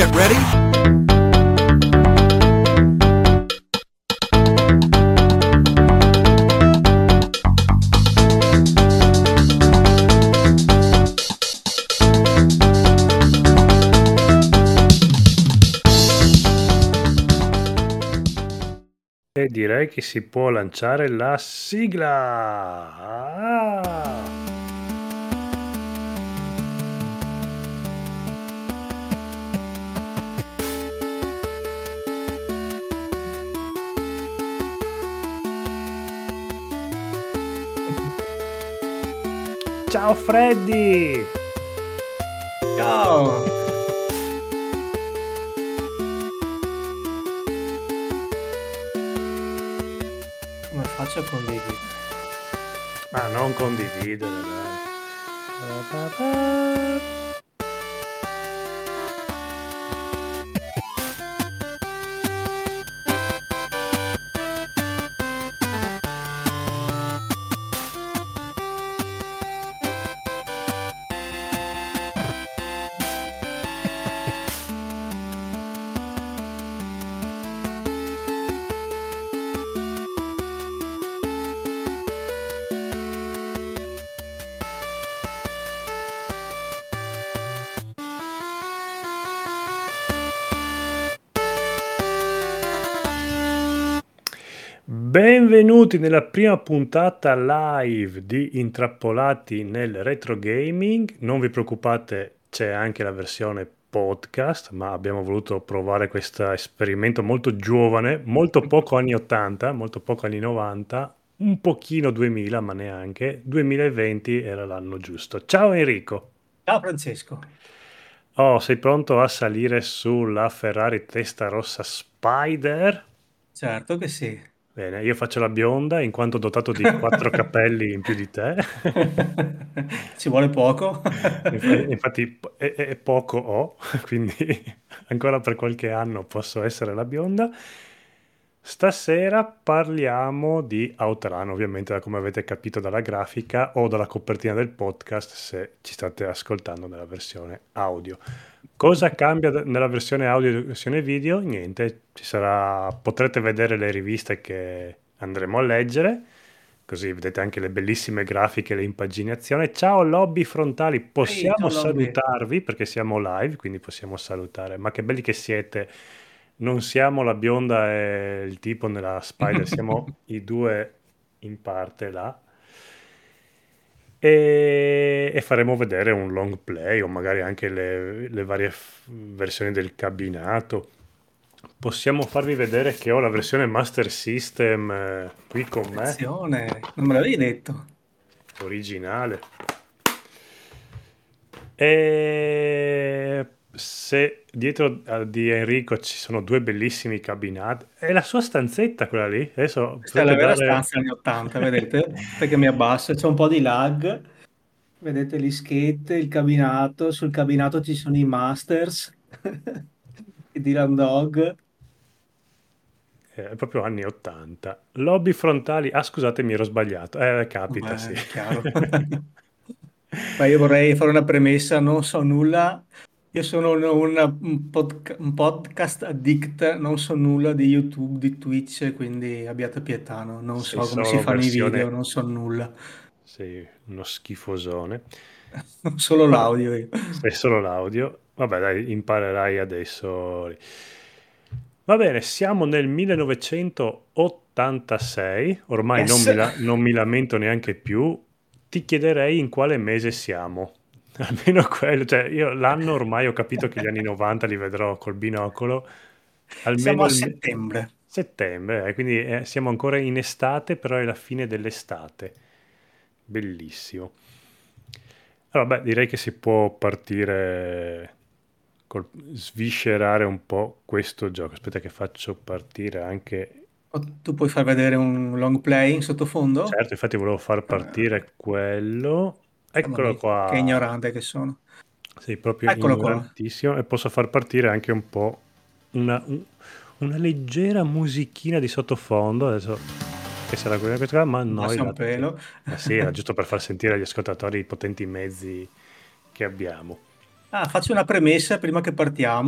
get ready. E direi che si può lanciare la sigla. Ciao Freddy! Ciao! Come faccio a condividere? Ma non condividere, dai. Benvenuti nella prima puntata live di Intrappolati nel Retro Gaming. Non vi preoccupate, c'è anche la versione podcast, ma abbiamo voluto provare questo esperimento molto giovane, molto poco anni 80, molto poco anni 90, un pochino 2000, ma neanche. 2020 era l'anno giusto. Ciao Enrico! Ciao Francesco! Oh, sei pronto a salire sulla Ferrari Testarossa Spider? Certo che sì. Bene, io faccio la bionda in quanto dotato di 4 capelli in più di te. Ci vuole poco. Infatti è poco ho, quindi ancora per qualche anno posso essere la bionda. Stasera parliamo di Outrun, ovviamente, da come avete capito dalla grafica o dalla copertina del podcast se ci state ascoltando nella versione audio. Cosa cambia nella versione audio e nella versione video? Niente, potrete vedere le riviste che andremo a leggere, così vedete anche le bellissime grafiche e le impaginazioni. Ciao lobby frontali, possiamo ciao, lobby. salutarvi perché siamo live, quindi possiamo salutare. Ma che belli che siete! Non siamo la bionda e il tipo nella Spider, siamo i due in parte là. E faremo vedere un long play o magari anche le varie versioni del cabinato. Possiamo farvi vedere che ho la versione Master System qui con me, Attenzione, non me l'avevi detto. originale. E se dietro di Enrico ci sono due bellissimi cabinati, è la sua stanzetta quella lì. Adesso Questa è la potete vera dare... stanza anni 80, vedete? Perché mi abbasso, c'è un po' di lag. Vedete le schede, il cabinato, sul cabinato ci sono i Masters, i Dylan Dog. È proprio anni 80. Lobby frontali. Ah, scusate, mi ero sbagliato. Capita, sì. Beh, chiaro. Ma io vorrei fare una premessa, non so nulla. Io sono un podcast addict, non so nulla di YouTube, di Twitch, quindi abbiate pietà, no? Non Sei so come si solo fanno i video, versione... non so nulla. Sei uno schifosone. Solo Vabbè, l'audio io. sei solo l'audio. Vabbè, dai, imparerai adesso. Va bene, siamo nel 1986. Ormai Yes! non mi lamento neanche più. Ti chiederei in quale mese siamo. Almeno quello. Cioè, io l'anno ormai ho capito che gli anni 90 li vedrò col binocolo. Siamo Almeno a settembre. settembre, quindi siamo ancora in estate, però è la fine dell'estate. Bellissimo. Allora, beh, direi che si può partire sviscerare un po' questo gioco. Aspetta che faccio partire anche... Tu puoi far vedere un long play in sottofondo? Certo, infatti volevo far partire quello. Mamma Eccolo mia, che qua. ignorante che sono. Sei proprio Eccolo qua. ignorantissimo e posso far partire anche un po' una leggera musichina di sottofondo. Adesso che sarà quella, ma noi Basta un pelo. ma sì, era giusto per far sentire agli ascoltatori i potenti mezzi che abbiamo. Faccio una premessa prima che partiamo.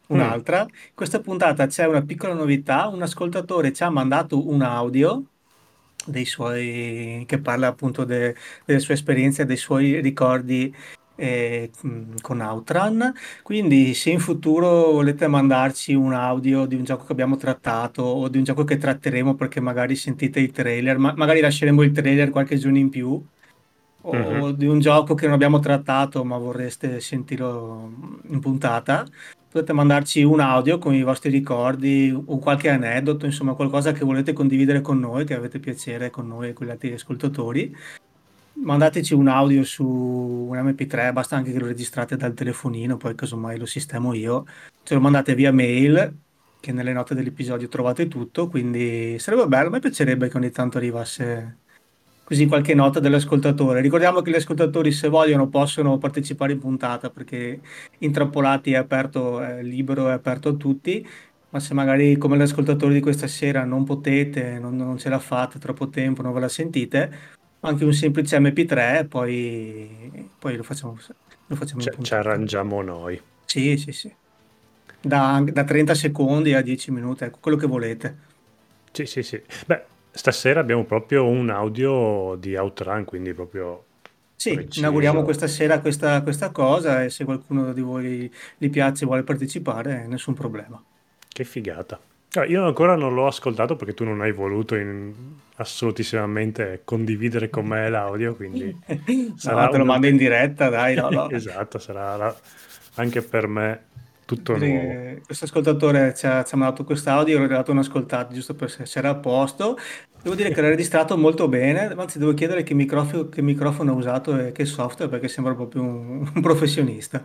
Mm, un'altra. In questa puntata c'è una piccola novità, un ascoltatore ci ha mandato un audio dei suoi, che parla appunto delle sue esperienze, dei suoi ricordi con Outran. Quindi se in futuro volete mandarci un audio di un gioco che abbiamo trattato o di un gioco che tratteremo perché magari sentite i trailer, magari lasceremo il trailer qualche giorno in più mhm. o di un gioco che non abbiamo trattato ma vorreste sentirlo in puntata, potete mandarci un audio con i vostri ricordi o qualche aneddoto, insomma qualcosa che volete condividere con noi, che avete piacere con noi e con gli altri ascoltatori. Mandateci un audio su un MP3, basta anche che lo registrate dal telefonino, poi casomai lo sistemo io. Ce lo mandate via mail, che nelle note dell'episodio trovate tutto, quindi sarebbe bello, a me piacerebbe che ogni tanto arrivasse così qualche nota dell'ascoltatore. Ricordiamo che gli ascoltatori, se vogliono, possono partecipare in puntata perché Intrappolati è aperto, è libero, è aperto a tutti. Ma se magari come l'ascoltatore di questa sera non potete, non ce la fate, troppo tempo, non ve la sentite, anche un semplice MP3, poi lo facciamo in Ci puntata. arrangiamo noi. Sì, sì, sì. Da 30 secondi a 10 minuti, ecco, quello che volete. Sì, sì, sì. Beh, stasera abbiamo proprio un audio di Outrun, quindi proprio Sì, inauguriamo preciso. questa sera questa cosa e se qualcuno di voi gli piace e vuole partecipare, nessun problema. Che figata. Ah, io ancora non l'ho ascoltato perché tu non hai voluto assolutissimamente condividere con me l'audio, quindi No, sarà te lo una... mando in diretta, dai, no, no. Esatto, sarà anche per me tutto Dire nuovo. che questo ascoltatore ci ha mandato quest'audio, l'ho dato un'ascoltata giusto per se c'era a posto. Devo dire che l'ha registrato molto bene, anzi devo chiedere che microfono ha usato e che software perché sembra proprio un professionista.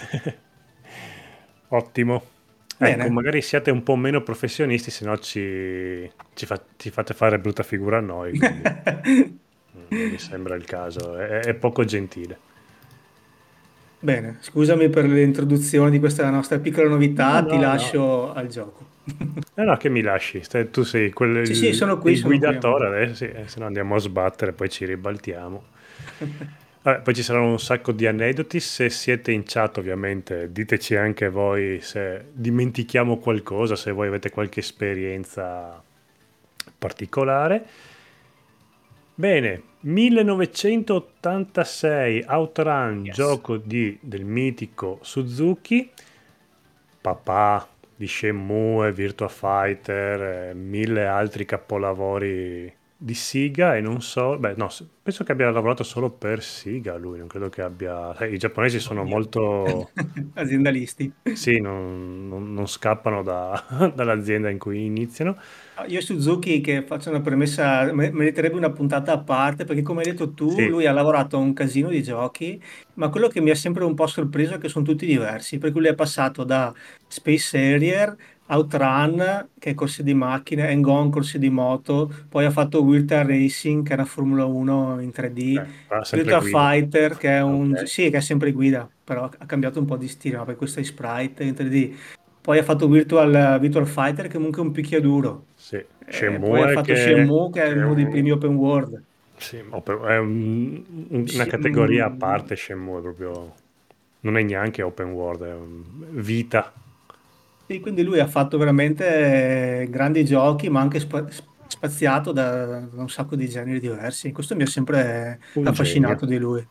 Ottimo. Ecco, Bene. magari siate un po' meno professionisti, se no ci fate fare brutta figura a noi, quindi non mi sembra il caso, è poco gentile. Bene, scusami per l'introduzione di questa nostra piccola No, novità, ti no, no. lascio al gioco. No, che mi lasci? Tu sei Sì, sì, il sono qui, guidatore amore. adesso, sì, se no andiamo a sbattere, poi ci ribaltiamo. Vabbè, poi ci saranno un sacco di aneddoti, se siete in chat ovviamente diteci anche voi se dimentichiamo qualcosa, se voi avete qualche esperienza particolare. Bene, 1986, Outrun, Yes. gioco del mitico Suzuki, papà di Shenmue, Virtua Fighter, mille altri capolavori di Sega e non so, beh no, penso che abbia lavorato solo per Sega lui, non credo che abbia... i giapponesi sono molto... Aziendalisti. Sì, non scappano dall'azienda in cui iniziano. Ah, io Suzuki, che faccio una premessa, meriterebbe una puntata a parte perché come hai detto tu, Sì, lui ha lavorato a un casino di giochi, ma quello che mi ha sempre un po' sorpreso è che sono tutti diversi, per cui lui è passato da Space Harrier, Outrun, che è corse di macchine, Gone, corse di moto, poi ha fatto Virtua Racing, che è una Formula 1 in 3D, sempre Virtua guida. Fighter, che è Ok, sì, che è sempre guida, però ha cambiato un po' di stile, ma per questo è sprite in 3D. Poi ha fatto Virtual Fighter, che comunque è un picchiaduro. sì. Poi ha Shenmue fatto Shenmue, che che è è uno dei primi open world. sì, è una categoria a parte Shenmue, proprio non è neanche open world, è vita. Sì, quindi lui ha fatto veramente grandi giochi, ma anche spaziato da un sacco di generi diversi. Questo mi ha sempre Un genio. affascinato di lui.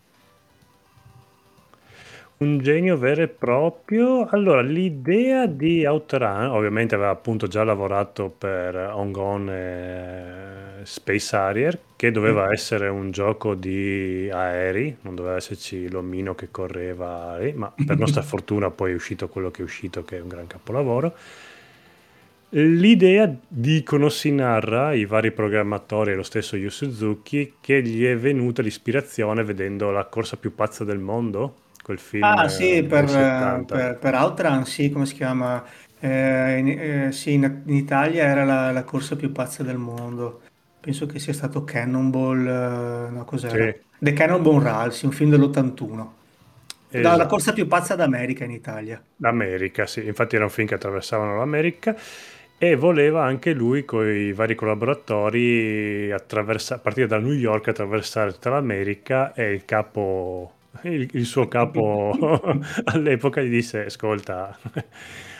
Un genio vero e proprio. Allora, l'idea di Outrun, ovviamente aveva appunto già lavorato per On e Space Harrier, che Sì. doveva essere un gioco di aerei, non doveva esserci l'omino che correva, ma per nostra fortuna poi è uscito quello che è uscito, che è un gran capolavoro. L'idea, dicono, si narra i vari programmatori e lo stesso Yu Suzuki, che gli è venuta l'ispirazione vedendo La corsa più pazza del mondo, quel film Ah sì, del 70. per Outrun, sì, come si chiama? Sì, in Italia era la corsa più pazza del mondo. Penso che sia stato Cannonball, no, Sì, cos'era? The Cannonball Run, sì, un film dell'81. La corsa esatto. più pazza d'America in Italia. L'America, sì, infatti era un film che attraversavano l'America e voleva anche lui con i vari collaboratori partire da New York, attraversare tutta l'America e il suo capo all'epoca gli disse, ascolta,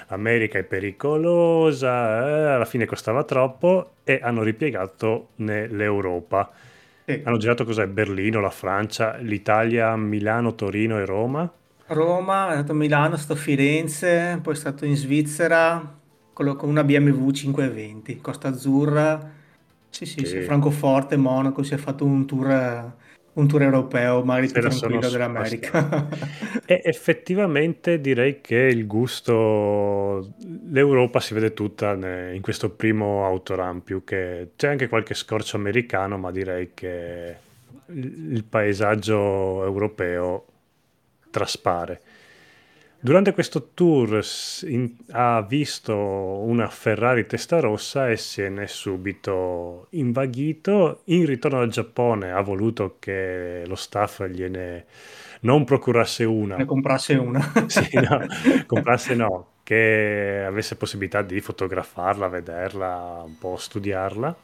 l'America è pericolosa, alla fine costava troppo e hanno ripiegato nell'Europa. Sì. Hanno girato cos'è? Berlino, la Francia, l'Italia, Milano, Torino e Roma. Roma, è stato a Milano, è stato a Firenze, poi è stato in Svizzera con una BMW 520, Costa Azzurra. Sì, sì, sì, Sì, Francoforte, Monaco, si è fatto un tour europeo, magari se più la sono tranquillo spastata. dell'America. E effettivamente direi che il gusto, l'Europa si vede tutta in questo primo Autorun, più che c'è anche qualche scorcio americano, ma direi che il paesaggio europeo traspare. Durante questo tour ha visto una Ferrari Testarossa e se ne è subito invaghito. In ritorno dal Giappone ha voluto che lo staff gliene non procurasse Ne una, comprasse una. sì, no, comprasse no, che avesse possibilità di fotografarla, vederla, un po' studiarla,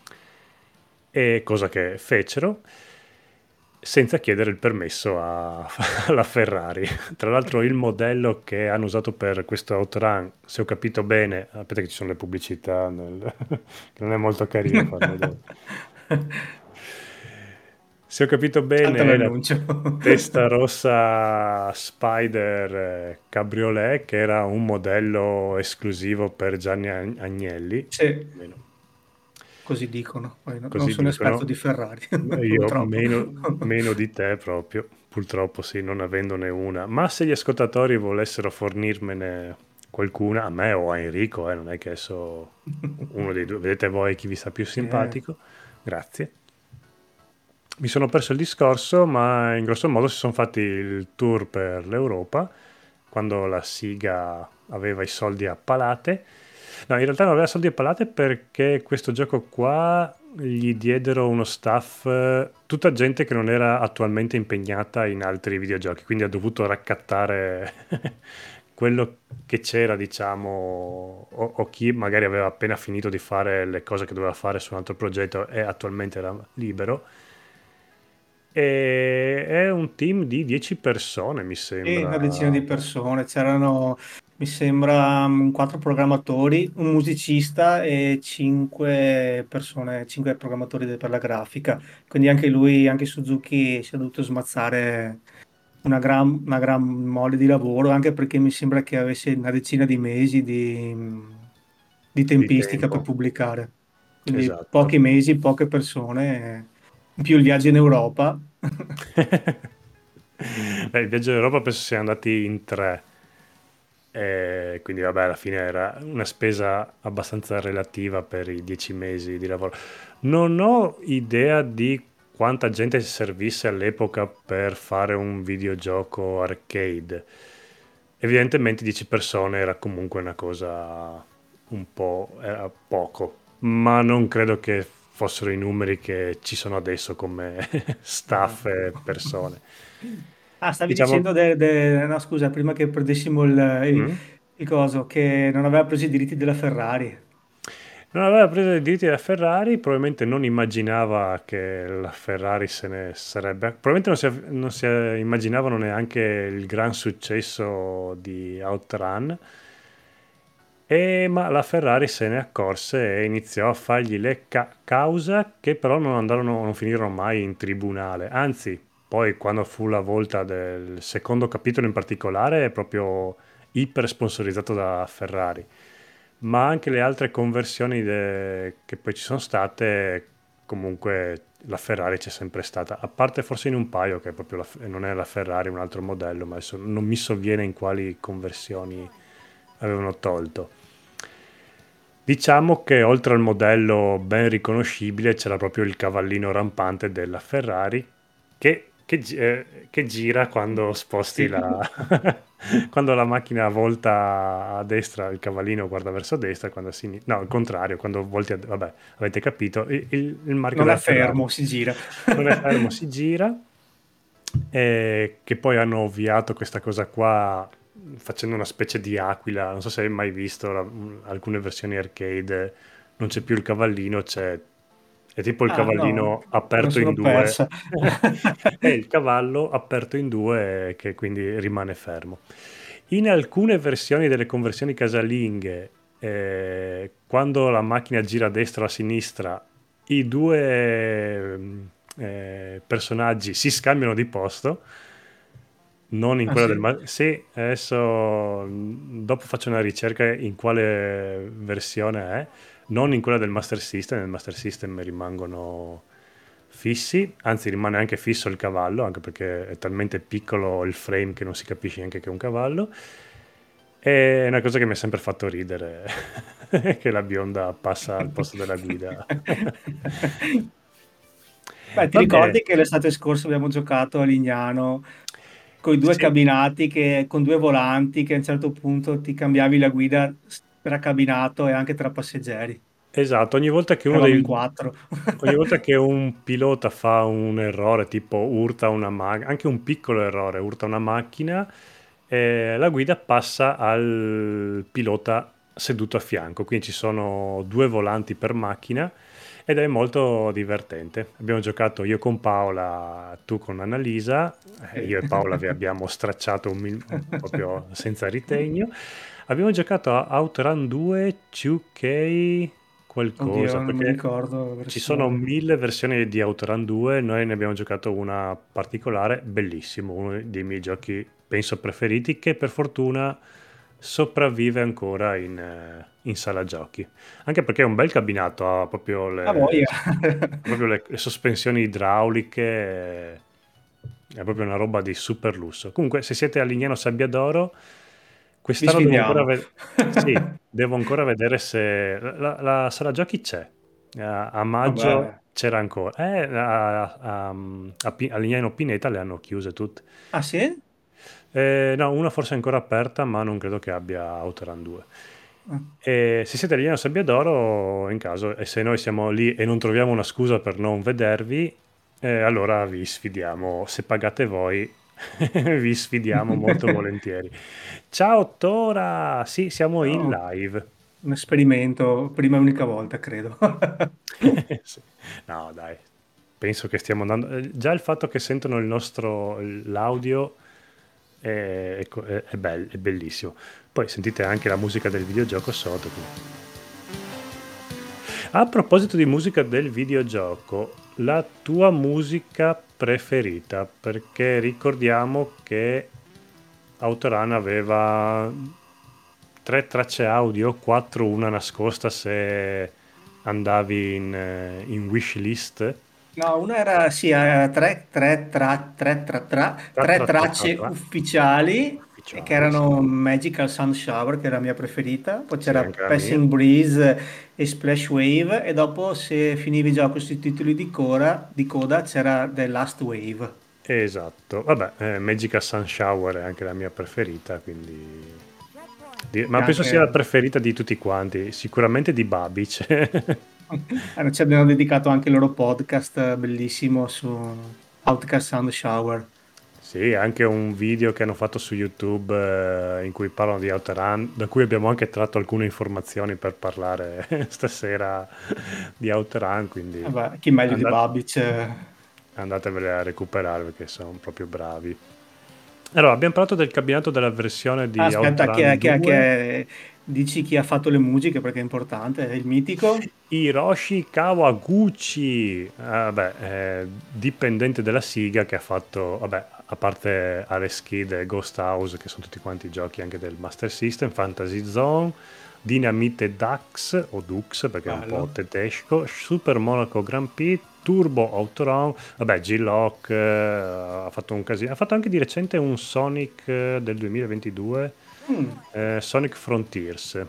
e cosa che fecero senza chiedere il permesso alla Ferrari. Tra l'altro il modello che hanno usato per questo outrun, se ho capito bene, aspetta che ci sono le pubblicità, che non è molto carino far vedere. Se ho capito bene, Salta è la l'annuncio. testa rossa Spider Cabriolet, che era un modello esclusivo per Gianni Agnelli, Sì, almeno così dicono. Poi non così sono esperto dicono. di Ferrari, Io purtroppo. meno di te proprio, purtroppo sì, non avendone una. Ma se gli ascoltatori volessero fornirmene qualcuna, a me o a Enrico, non è che so uno dei due, vedete voi chi vi sta più Sì, simpatico. Grazie. Mi sono perso il discorso, ma in grosso modo si sono fatti il tour per l'Europa quando la Siga aveva i soldi a palate. No, in realtà non aveva soldi a palate perché questo gioco qua gli diedero uno staff, tutta gente che non era attualmente impegnata in altri videogiochi, quindi ha dovuto raccattare quello che c'era, diciamo, o chi magari aveva appena finito di fare le cose che doveva fare su un altro progetto e attualmente era libero. E è un team di 10 persone, mi sì, una decina sembra. di persone. C'erano, mi sembra, quattro programmatori, un musicista e cinque persone, cinque programmatori per la grafica. Quindi anche lui, anche Suzuki, si è dovuto smazzare una gran mole di lavoro, anche perché mi sembra che avesse una decina di mesi di Di tempistica per tempo. pubblicare. Quindi Esatto. pochi mesi, poche persone, in più il viaggio in Europa. Beh, il viaggio d'Europa penso siamo andati in tre, e quindi vabbè, alla fine era una spesa abbastanza relativa per i 10 mesi di lavoro. Non ho idea di quanta gente si servisse all'epoca per fare un videogioco arcade. Evidentemente 10 persone era comunque una cosa un po', era poco, ma non credo che fossero i numeri che ci sono adesso come No, staff no, e no. persone. Ah, stavi Diciamo, dicendo no, scusa, prima che perdessimo mm? il coso, che non aveva preso i diritti della Ferrari. Non aveva preso i diritti da Ferrari, probabilmente non immaginava che la Ferrari se ne sarebbe. Probabilmente non si immaginavano neanche il gran successo di Outrun. Ma la Ferrari se ne accorse e iniziò a fargli le causa che però non finirono mai in tribunale. Anzi, poi quando fu la volta del secondo capitolo in particolare, è proprio iper sponsorizzato da Ferrari. Ma anche le altre conversioni che poi ci sono state, comunque la Ferrari c'è sempre stata, a parte forse in un paio che proprio non è la Ferrari, un altro modello, ma adesso non mi sovviene in quali conversioni avevano tolto. Diciamo che oltre al modello ben riconoscibile c'era proprio il cavallino rampante della Ferrari che gira quando sposti Sì. la... quando la macchina volta a destra, il cavallino guarda verso destra, quando a sinistra... No, al contrario, quando volti a... Vabbè, avete capito, il marchio Non è della Ferrari fermo, si gira. non è fermo, si gira, che poi hanno ovviato questa cosa qua facendo una specie di aquila. Non so se hai mai visto alcune versioni arcade, non c'è più il cavallino, è tipo il Ah, no, cavallino me la aperto in sono due, persa. è il cavallo aperto in due che quindi rimane fermo. In alcune versioni delle conversioni casalinghe, quando la macchina gira a destra o a sinistra, i due personaggi si scambiano di posto, non in Ah quella sì? del... Sì, adesso dopo faccio una ricerca in quale versione è, non in quella del Master System, nel Master System rimangono fissi, anzi rimane anche fisso il cavallo, anche perché è talmente piccolo il frame che non si capisce neanche che è un cavallo. È una cosa che mi ha sempre fatto ridere, che la bionda passa al posto della guida. Beh, ti Va bene, ricordi che l'estate scorsa abbiamo giocato a Lignano con i due sì, cabinati, con due volanti, che a un certo punto ti cambiavi la guida tra cabinato e anche tra passeggeri. esatto, ogni volta che Eravamo in quattro. ogni volta che un pilota fa un errore, tipo urta una macchina, anche un piccolo errore, urta una macchina, la guida passa al pilota seduto a fianco, quindi ci sono due volanti per macchina ed è molto divertente. Abbiamo giocato io con Paola, tu con Annalisa, Sì. io e Paola vi abbiamo stracciato proprio senza ritegno. Abbiamo giocato a Outrun 2 2K qualcosa, Oddio, non mi perché ricordo la ci sono versione. 1000 versioni di Outrun 2, noi ne abbiamo giocato una particolare, bellissimo, uno dei miei giochi penso preferiti, che per fortuna sopravvive ancora in sala giochi. Anche perché è un bel cabinato, ha proprio A voglia. le sospensioni idrauliche, è proprio una roba di super lusso. Comunque, se siete a Lignano Sabbiadoro, Vi quest'anno devo ancora sfidiamo. vedere. Sì, devo ancora vedere se la sala giochi c'è. A maggio Vabbè. c'era ancora. A Lignano Pineta le hanno chiuse tutte. Ah sì? No, una forse è ancora aperta, ma non credo che abbia Outrun 2. Ah. E se siete a Lignano Sabbiadoro, in caso, e se noi siamo lì e non troviamo una scusa per non vedervi, allora vi sfidiamo. Se pagate voi, vi sfidiamo molto volentieri. Ciao Tora! Sì, siamo in No, live. un esperimento, prima e unica volta, credo. Sì. No, dai, penso che stiamo andando. Già il fatto che sentono l'audio è bellissimo. Poi sentite anche la musica del videogioco sotto. A proposito di musica del videogioco, la tua musica preferita? Perché ricordiamo che Autorun aveva 3 tracce audio, 4 una nascosta se andavi in wishlist. No, una era, sì, Tra, tre tra, tra, tra, tracce tra. ufficiali, che Ufficiali, sì. erano Magical Sun Shower, che era la mia preferita, poi Sì, c'era anche la mia. Passing Breeze e Splash Wave, e dopo, se finivi già questi titoli di coda, c'era The Last Wave. Esatto. Vabbè, Magica Sun Shower è anche la mia preferita, quindi... E Ma penso sia la anche, preferita di tutti quanti, sicuramente di Babic. ci abbiamo dedicato anche il loro podcast bellissimo su Outcast Sound Shower. Sì, anche un video che hanno fatto su YouTube in cui parlano di Outrun, da cui abbiamo anche tratto alcune informazioni per parlare stasera di Outrun, quindi Vabbè, chi meglio di andate, Babic? andatevele a recuperare perché sono proprio bravi. Allora, abbiamo parlato del cabinato della versione Ah, di aspetta, Outrun 2. dici chi ha fatto le musiche perché è importante, è il mitico? Hiroshi Kawaguchi, vabbè, dipendente della Siga che ha fatto, vabbè, a parte Alex Kidd e Ghost House, che sono tutti quanti giochi anche del Master System, Fantasy Zone, Dynamite Dux, o Dux perché è un po' Bello. tedesco, Super Monaco Grand Prix, Turbo Outrun, vabbè, G-Lock, ha fatto un casino, ha fatto anche di recente un Sonic del 2022, Mm, Sonic Frontiers.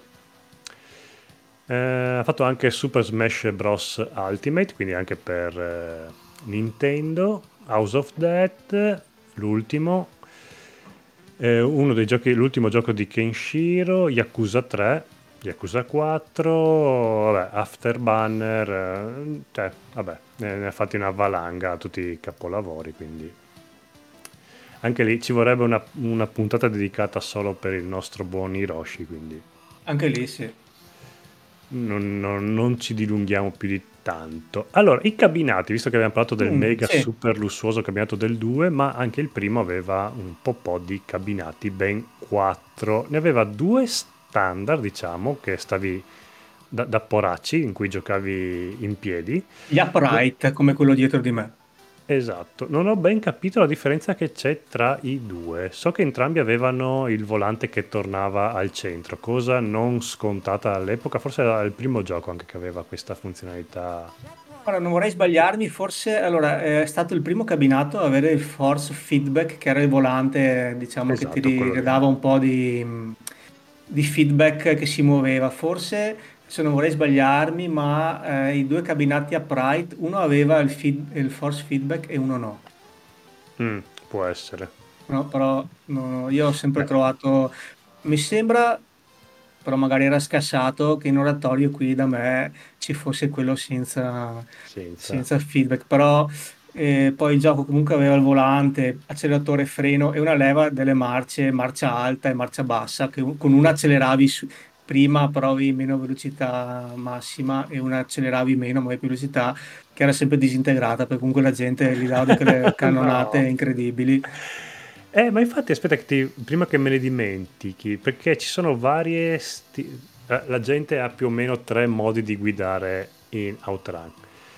Ha fatto anche Super Smash Bros. Ultimate, quindi anche per Nintendo, House of Death, l'ultimo, uno dei giochi, l'ultimo gioco di Kenshiro, Yakuza 3, Yakuza 4, vabbè, Afterburner, cioè, vabbè, ne ha fatti una valanga, tutti i capolavori, quindi anche lì ci vorrebbe una puntata dedicata solo per il nostro buon Hiroshi, quindi anche lì sì. non ci dilunghiamo più di tanto. Allora, i cabinati, visto che abbiamo parlato del mega Sì, super lussuoso cabinato del 2, ma anche il primo aveva un po' di cabinati, ben 4. Ne aveva 2 standard, diciamo, che stavi da poracci, in cui giocavi in piedi. gli upright come quello dietro di me. Esatto, non ho ben capito la differenza che c'è tra i due. So che entrambi avevano il volante che tornava al centro, cosa non scontata all'epoca, forse era il primo gioco anche che aveva questa funzionalità. Ora, non vorrei sbagliarmi, forse allora, è stato il primo cabinato ad avere il force feedback, che era il volante, diciamo, che ti Esatto, quello lì. ridava un po' di feedback che si muoveva. Forse, se non vorrei sbagliarmi, ma i due cabinati upright, uno aveva il force feedback e uno no. Può essere. No, però io ho sempre Beh, trovato, mi sembra, però magari era scassato, che in oratorio qui da me ci fosse quello senza. senza feedback, però poi il gioco comunque aveva il volante, acceleratore, freno e una leva delle marce, marcia alta e marcia bassa, che con una acceleravi prima, provi meno velocità massima e una acceleravi meno, ma più velocità, che era sempre disintegrata, perché comunque la gente gli dava delle cannonate No. incredibili. Ma infatti aspetta che prima che me ne dimentichi, perché ci sono varie la gente ha più o meno 3 modi di guidare in Outrun.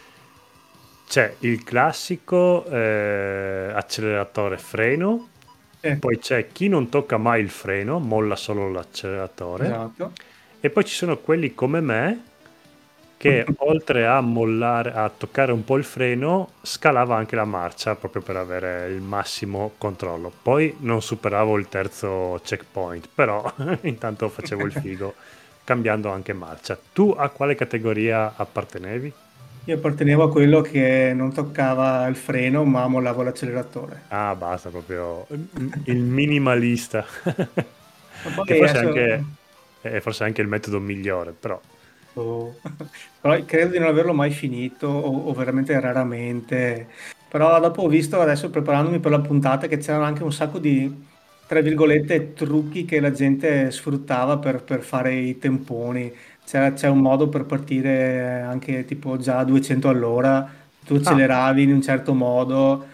C'è il classico acceleratore freno, Eh, poi c'è chi non tocca mai il freno, molla solo l'acceleratore, esatto. e poi ci sono quelli come me che oltre a mollare, a toccare un po' il freno, scalava anche la marcia proprio per avere il massimo controllo. Poi non superavo il terzo checkpoint, però intanto facevo il figo cambiando anche marcia. Tu a quale categoria appartenevi? Io appartenevo a quello che non toccava il freno, ma mollavo l'acceleratore. Ah, basta, proprio il minimalista, Ma che poi forse adesso, è forse anche il metodo migliore, però oh, però credo di non averlo mai finito o veramente raramente. Però dopo ho visto adesso preparandomi per la puntata che c'erano anche un sacco di, tra virgolette, trucchi che la gente sfruttava per fare i temponi. C'è un modo per partire anche tipo già a 200 all'ora, tu ah, acceleravi in un certo modo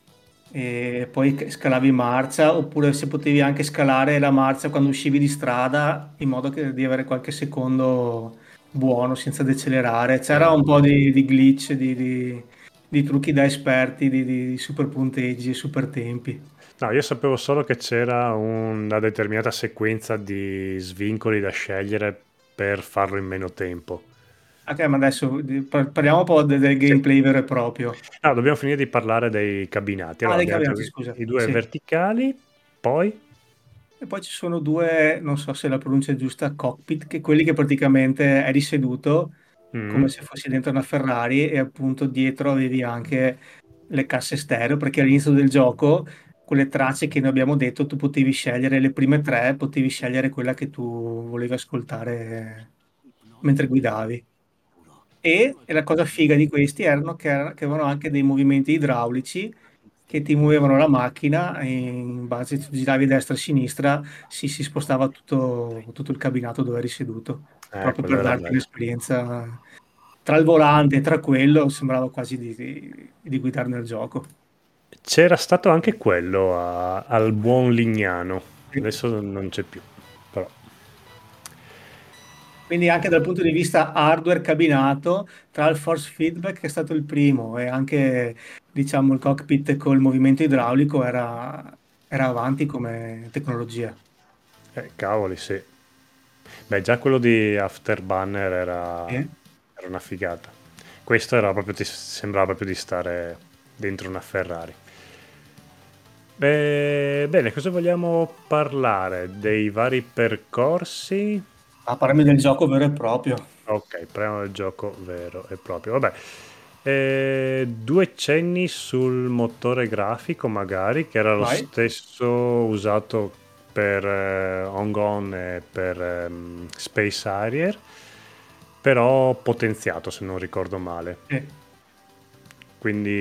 e poi scalavi marcia, oppure se potevi anche scalare la marcia quando uscivi di strada in modo di avere qualche secondo buono senza decelerare. C'era un po' di glitch, di trucchi da esperti, di super punteggi e super tempi. no, io sapevo solo che c'era una determinata sequenza di svincoli da scegliere per farlo in meno tempo. Ok, ma adesso parliamo un po' del Sì. gameplay vero e proprio. No, dobbiamo finire di parlare dei cabinati. Ah, Allora, dei abbiamo detto cavinati, scusa. i due Sì. verticali, poi... E poi ci sono due, non so se la pronuncia è giusta, cockpit, che quelli che praticamente eri seduto come Mm. se fossi dentro una Ferrari e appunto dietro avevi anche le casse stereo, perché all'inizio del gioco, quelle tracce che noi abbiamo detto, tu potevi scegliere le prime tre, potevi scegliere quella che tu volevi ascoltare mentre guidavi. E la cosa figa di questi erano che avevano anche dei movimenti idraulici che ti muovevano la macchina e in base tu giravi a destra e a sinistra, si spostava tutto il cabinato dove eri seduto, proprio Quello per era darti bello. l'esperienza tra il volante e tra quello, sembrava quasi di guidare nel gioco. C'era stato anche quello al buon Lignano. Sì. Adesso non c'è più, però... Quindi anche dal punto di vista hardware cabinato, tra il force feedback che è stato il primo e anche diciamo il cockpit col movimento idraulico era avanti come tecnologia. Cavoli, sì. Beh, già quello di Afterburner Sì. era una figata. Questo era proprio, ti sembrava proprio di stare dentro una Ferrari. Bene, cosa vogliamo parlare? Dei vari percorsi? A parlarmi del gioco vero e proprio. Ok, parliamo del gioco vero e proprio. Vabbè, due cenni sul motore grafico magari, che era lo Vai. stesso usato per On-Gone e per Space Harrier, però potenziato se non ricordo male. Sì.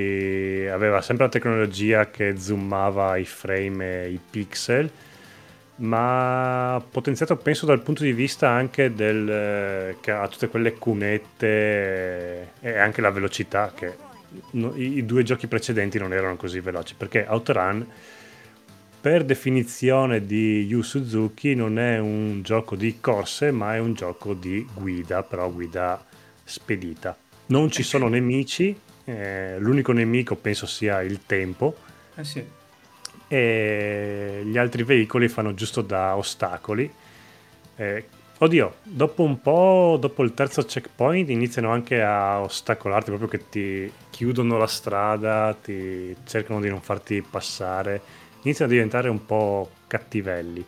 Quindi aveva sempre la tecnologia che zoomava i frame e i pixel, ma potenziato penso dal punto di vista anche che ha tutte quelle cunette e anche la velocità che i due giochi precedenti non erano così veloci, perché Outrun per definizione di Yu Suzuki non è un gioco di corse, ma è un gioco di guida, però guida spedita. Non ci sono nemici, l'unico nemico penso sia il tempo, Eh sì. e gli altri veicoli fanno giusto da ostacoli. Oddio, dopo un po', dopo il terzo checkpoint, iniziano anche a ostacolarti, proprio che ti chiudono la strada, ti cercano di non farti passare, iniziano a diventare un po' cattivelli.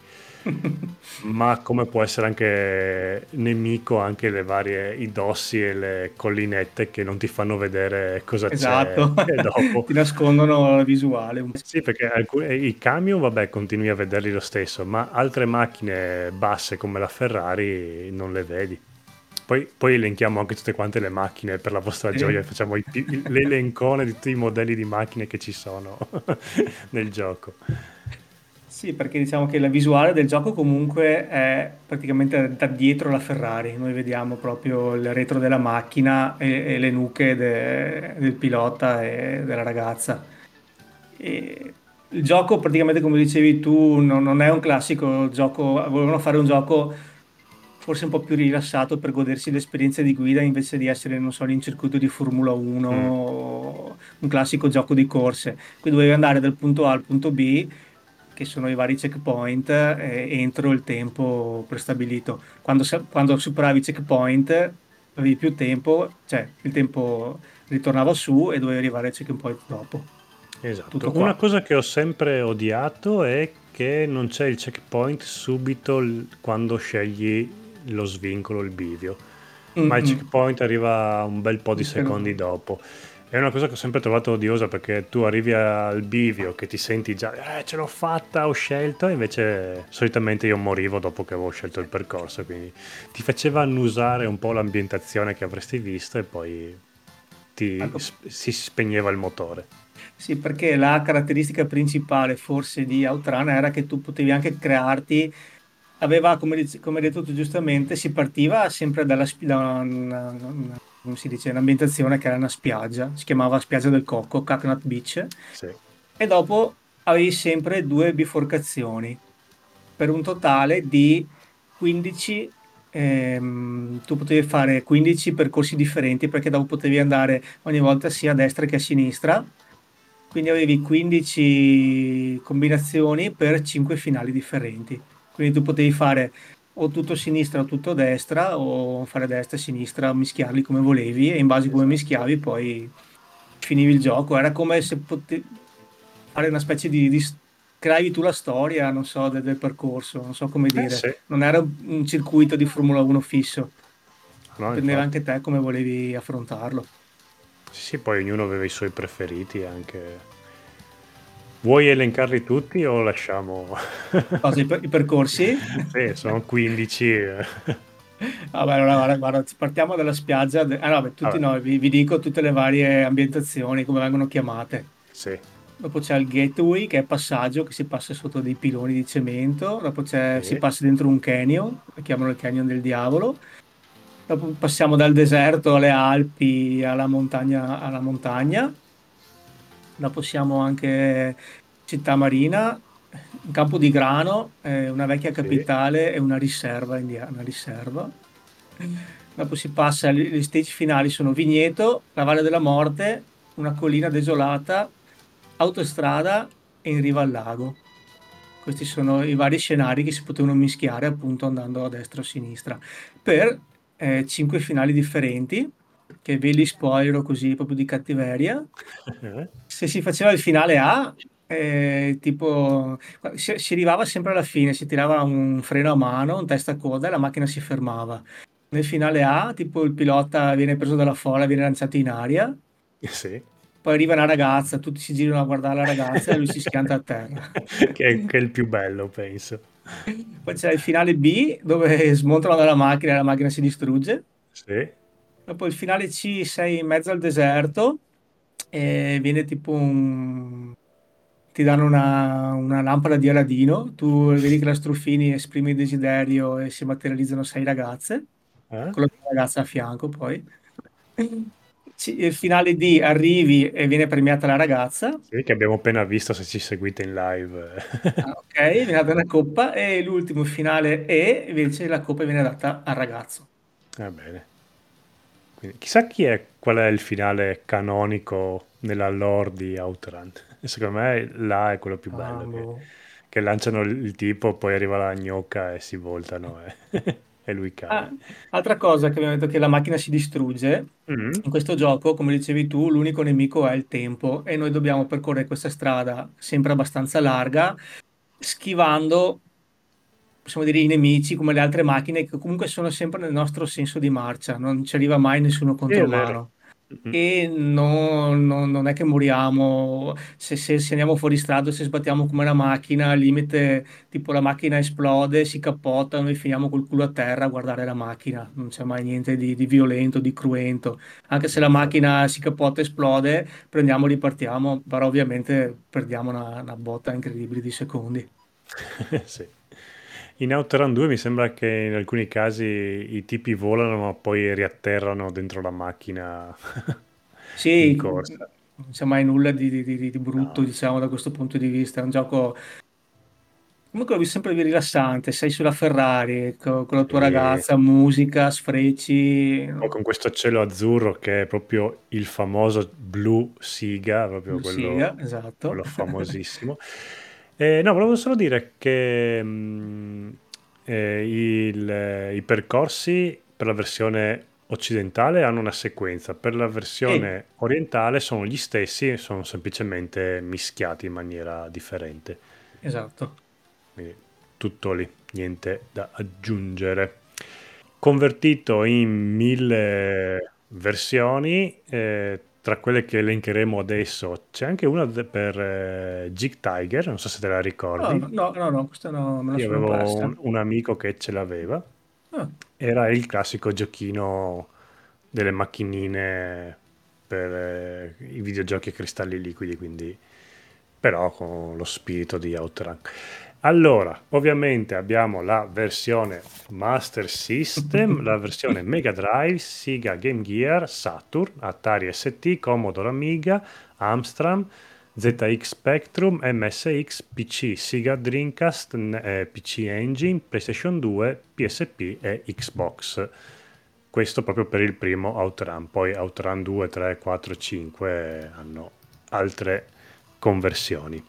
Ma come può essere anche nemico anche le varie i dossi e le collinette che non ti fanno vedere cosa c'è Esatto, dopo. ti nascondono la visuale. Sì, perché i camion, vabbè, continui a vederli lo stesso, ma altre macchine basse come la Ferrari non le vedi. Poi elenchiamo anche tutte quante le macchine per la vostra Sì. gioia, facciamo l'elencone di tutti i modelli di macchine che ci sono nel gioco. Sì, perché diciamo che la visuale del gioco comunque è praticamente da dietro la Ferrari. Noi vediamo proprio il retro della macchina e le nuche del pilota e della ragazza. E il gioco, praticamente come dicevi tu, non è un classico gioco. Volevano fare un gioco forse un po' più rilassato per godersi l'esperienza di guida invece di essere, non so, in circuito di Formula 1, Mm, o un classico gioco di corse. Qui dovevi andare dal punto A al punto B, che sono i vari checkpoint, entro il tempo prestabilito. Quando superavi i checkpoint avevi più tempo, cioè il tempo ritornava su e dovevi arrivare al checkpoint dopo. esatto. Tutto Una qua. cosa che ho sempre odiato è che non c'è il checkpoint subito quando scegli lo svincolo, il bivio, ma il Mm-mm. checkpoint arriva un bel po' di secondi Però- dopo. È una cosa che ho sempre trovato odiosa perché tu arrivi al bivio che ti senti già, ce l'ho fatta, ho scelto, e invece solitamente io morivo dopo che avevo scelto il percorso, quindi ti faceva annusare un po' l'ambientazione che avresti visto e poi Ecco, si spegneva il motore. sì, perché la caratteristica principale forse di Outrun era che tu potevi anche crearti, aveva, come hai detto tu giustamente, si partiva sempre da come si dice, un'ambientazione che era una spiaggia, si chiamava Spiaggia del Cocco, Coconut Beach, Sì, e dopo avevi sempre due biforcazioni, per un totale di 15, tu potevi fare 15 percorsi differenti perché dopo potevi andare ogni volta sia a destra che a sinistra, quindi avevi 15 combinazioni per 5 finali differenti. Quindi tu potevi fare o tutto sinistra o tutto destra, o fare destra e sinistra, mischiarli come volevi, e in base a come esatto. mischiavi poi finivi il gioco. Era come se potevi fare una specie creavi tu la storia, non so, del percorso, non so come dire. Sì, Non era un circuito di Formula 1 fisso, no, dipendeva infatti. anche te come volevi affrontarlo. Sì, sì, poi ognuno aveva i suoi preferiti anche. Vuoi elencarli tutti o lasciamo? Cosa, i percorsi? Sì, sono 15. Vabbè, allora guarda, partiamo dalla spiaggia. No, beh, tutti Vabbè, no, vi dico tutte le varie ambientazioni, come vengono chiamate. sì, Dopo c'è il gateway, che è passaggio, che si passa sotto dei piloni di cemento. Dopo si sì, passa dentro un canyon, lo chiamano il canyon del diavolo. Dopo passiamo dal deserto alle Alpi, alla montagna, alla montagna. Dopo siamo anche città marina, un campo di grano, una vecchia sì, capitale e una riserva indiana, una riserva. Dopo si passa, gli stage finali sono Vigneto, la Valle della Morte, una collina desolata, autostrada e in riva al lago. Questi sono i vari scenari che si potevano mischiare appunto andando a destra o a sinistra per 5 finali differenti, che ve li spoilerò così proprio di cattiveria. eh, Se si faceva il finale A, tipo, si arrivava sempre alla fine, si tirava un freno a mano, un testa a coda e la macchina si fermava. Nel finale A, tipo il pilota viene preso dalla folla, viene lanciato in aria, sì. poi arriva una ragazza, tutti si girano a guardare la ragazza e lui si schianta a terra. Che è il più bello, penso. Poi c'è il finale B dove smontano dalla macchina e la macchina si distrugge. Sì, Dopo il finale C sei in mezzo al deserto e viene tipo ti danno una lampada di Aladino, tu vedi che la Struffini esprime il desiderio e si materializzano sei ragazze, Eh? con la tua ragazza a fianco poi. Il finale D arrivi e viene premiata la ragazza. Sì, che abbiamo appena visto se ci seguite in live. Ah, ok, viene data una coppa e l'ultimo finale E invece la coppa viene data al ragazzo. Va bene. Quindi, chissà qual è il finale canonico nella lore di Outrun. Secondo me là è quello più Ah, bello, boh. che lanciano il tipo, poi arriva la gnocca e si voltano e lui cade. Ah, altra cosa che abbiamo detto che la macchina si distrugge. Mm. In questo gioco, come dicevi tu, l'unico nemico è il tempo e noi dobbiamo percorrere questa strada sempre abbastanza larga, schivando, possiamo dire, i nemici come le altre macchine che comunque sono sempre nel nostro senso di marcia, non ci arriva mai nessuno Sì, è vero. contromano. Mm. E non è che moriamo se andiamo fuori strada, se sbattiamo come una macchina, al limite tipo la macchina esplode, si cappotta, noi finiamo col culo a terra a guardare la macchina, non c'è mai niente di violento, di cruento. Anche se No, la infatti. macchina si cappotta, esplode, prendiamo, ripartiamo, però ovviamente perdiamo una botta incredibile di secondi. Sì. In Outrun 2 mi sembra che in alcuni casi i tipi volano ma poi riatterrano dentro la macchina in Sì, corsa. non c'è mai nulla di brutto, No. diciamo, da questo punto di vista. È un gioco comunque l'ho visto sempre rilassante. Sei sulla Ferrari con la tua E ragazza, musica, sfrecci, poi con questo cielo azzurro che è proprio il famoso blu Siga, proprio Lusiga, quello, esatto. quello famosissimo. No, volevo solo dire che i percorsi per la versione occidentale hanno una sequenza, per la Sì, versione orientale sono gli stessi, sono semplicemente mischiati in maniera differente. esatto. Quindi tutto lì, niente da aggiungere. Convertito in 1000 versioni, tra quelle che elencheremo adesso c'è anche una per Jig Tiger, non so se te la Oh, ricordi. no, no, no, questa no, me la Io sono avevo persa. un amico che ce l'aveva, Ah, era il classico giochino delle macchinine per i videogiochi a cristalli liquidi, quindi però con lo spirito di Outrun. Allora, ovviamente abbiamo la versione Master System, la versione Mega Drive, Sega Game Gear, Saturn, Atari ST, Commodore Amiga, Amstrad, ZX Spectrum, MSX, PC, Sega Dreamcast, PC Engine, PlayStation 2, PSP e Xbox. Questo proprio per il primo Outrun. Poi Outrun 2, 3, 4, 5 hanno altre conversioni.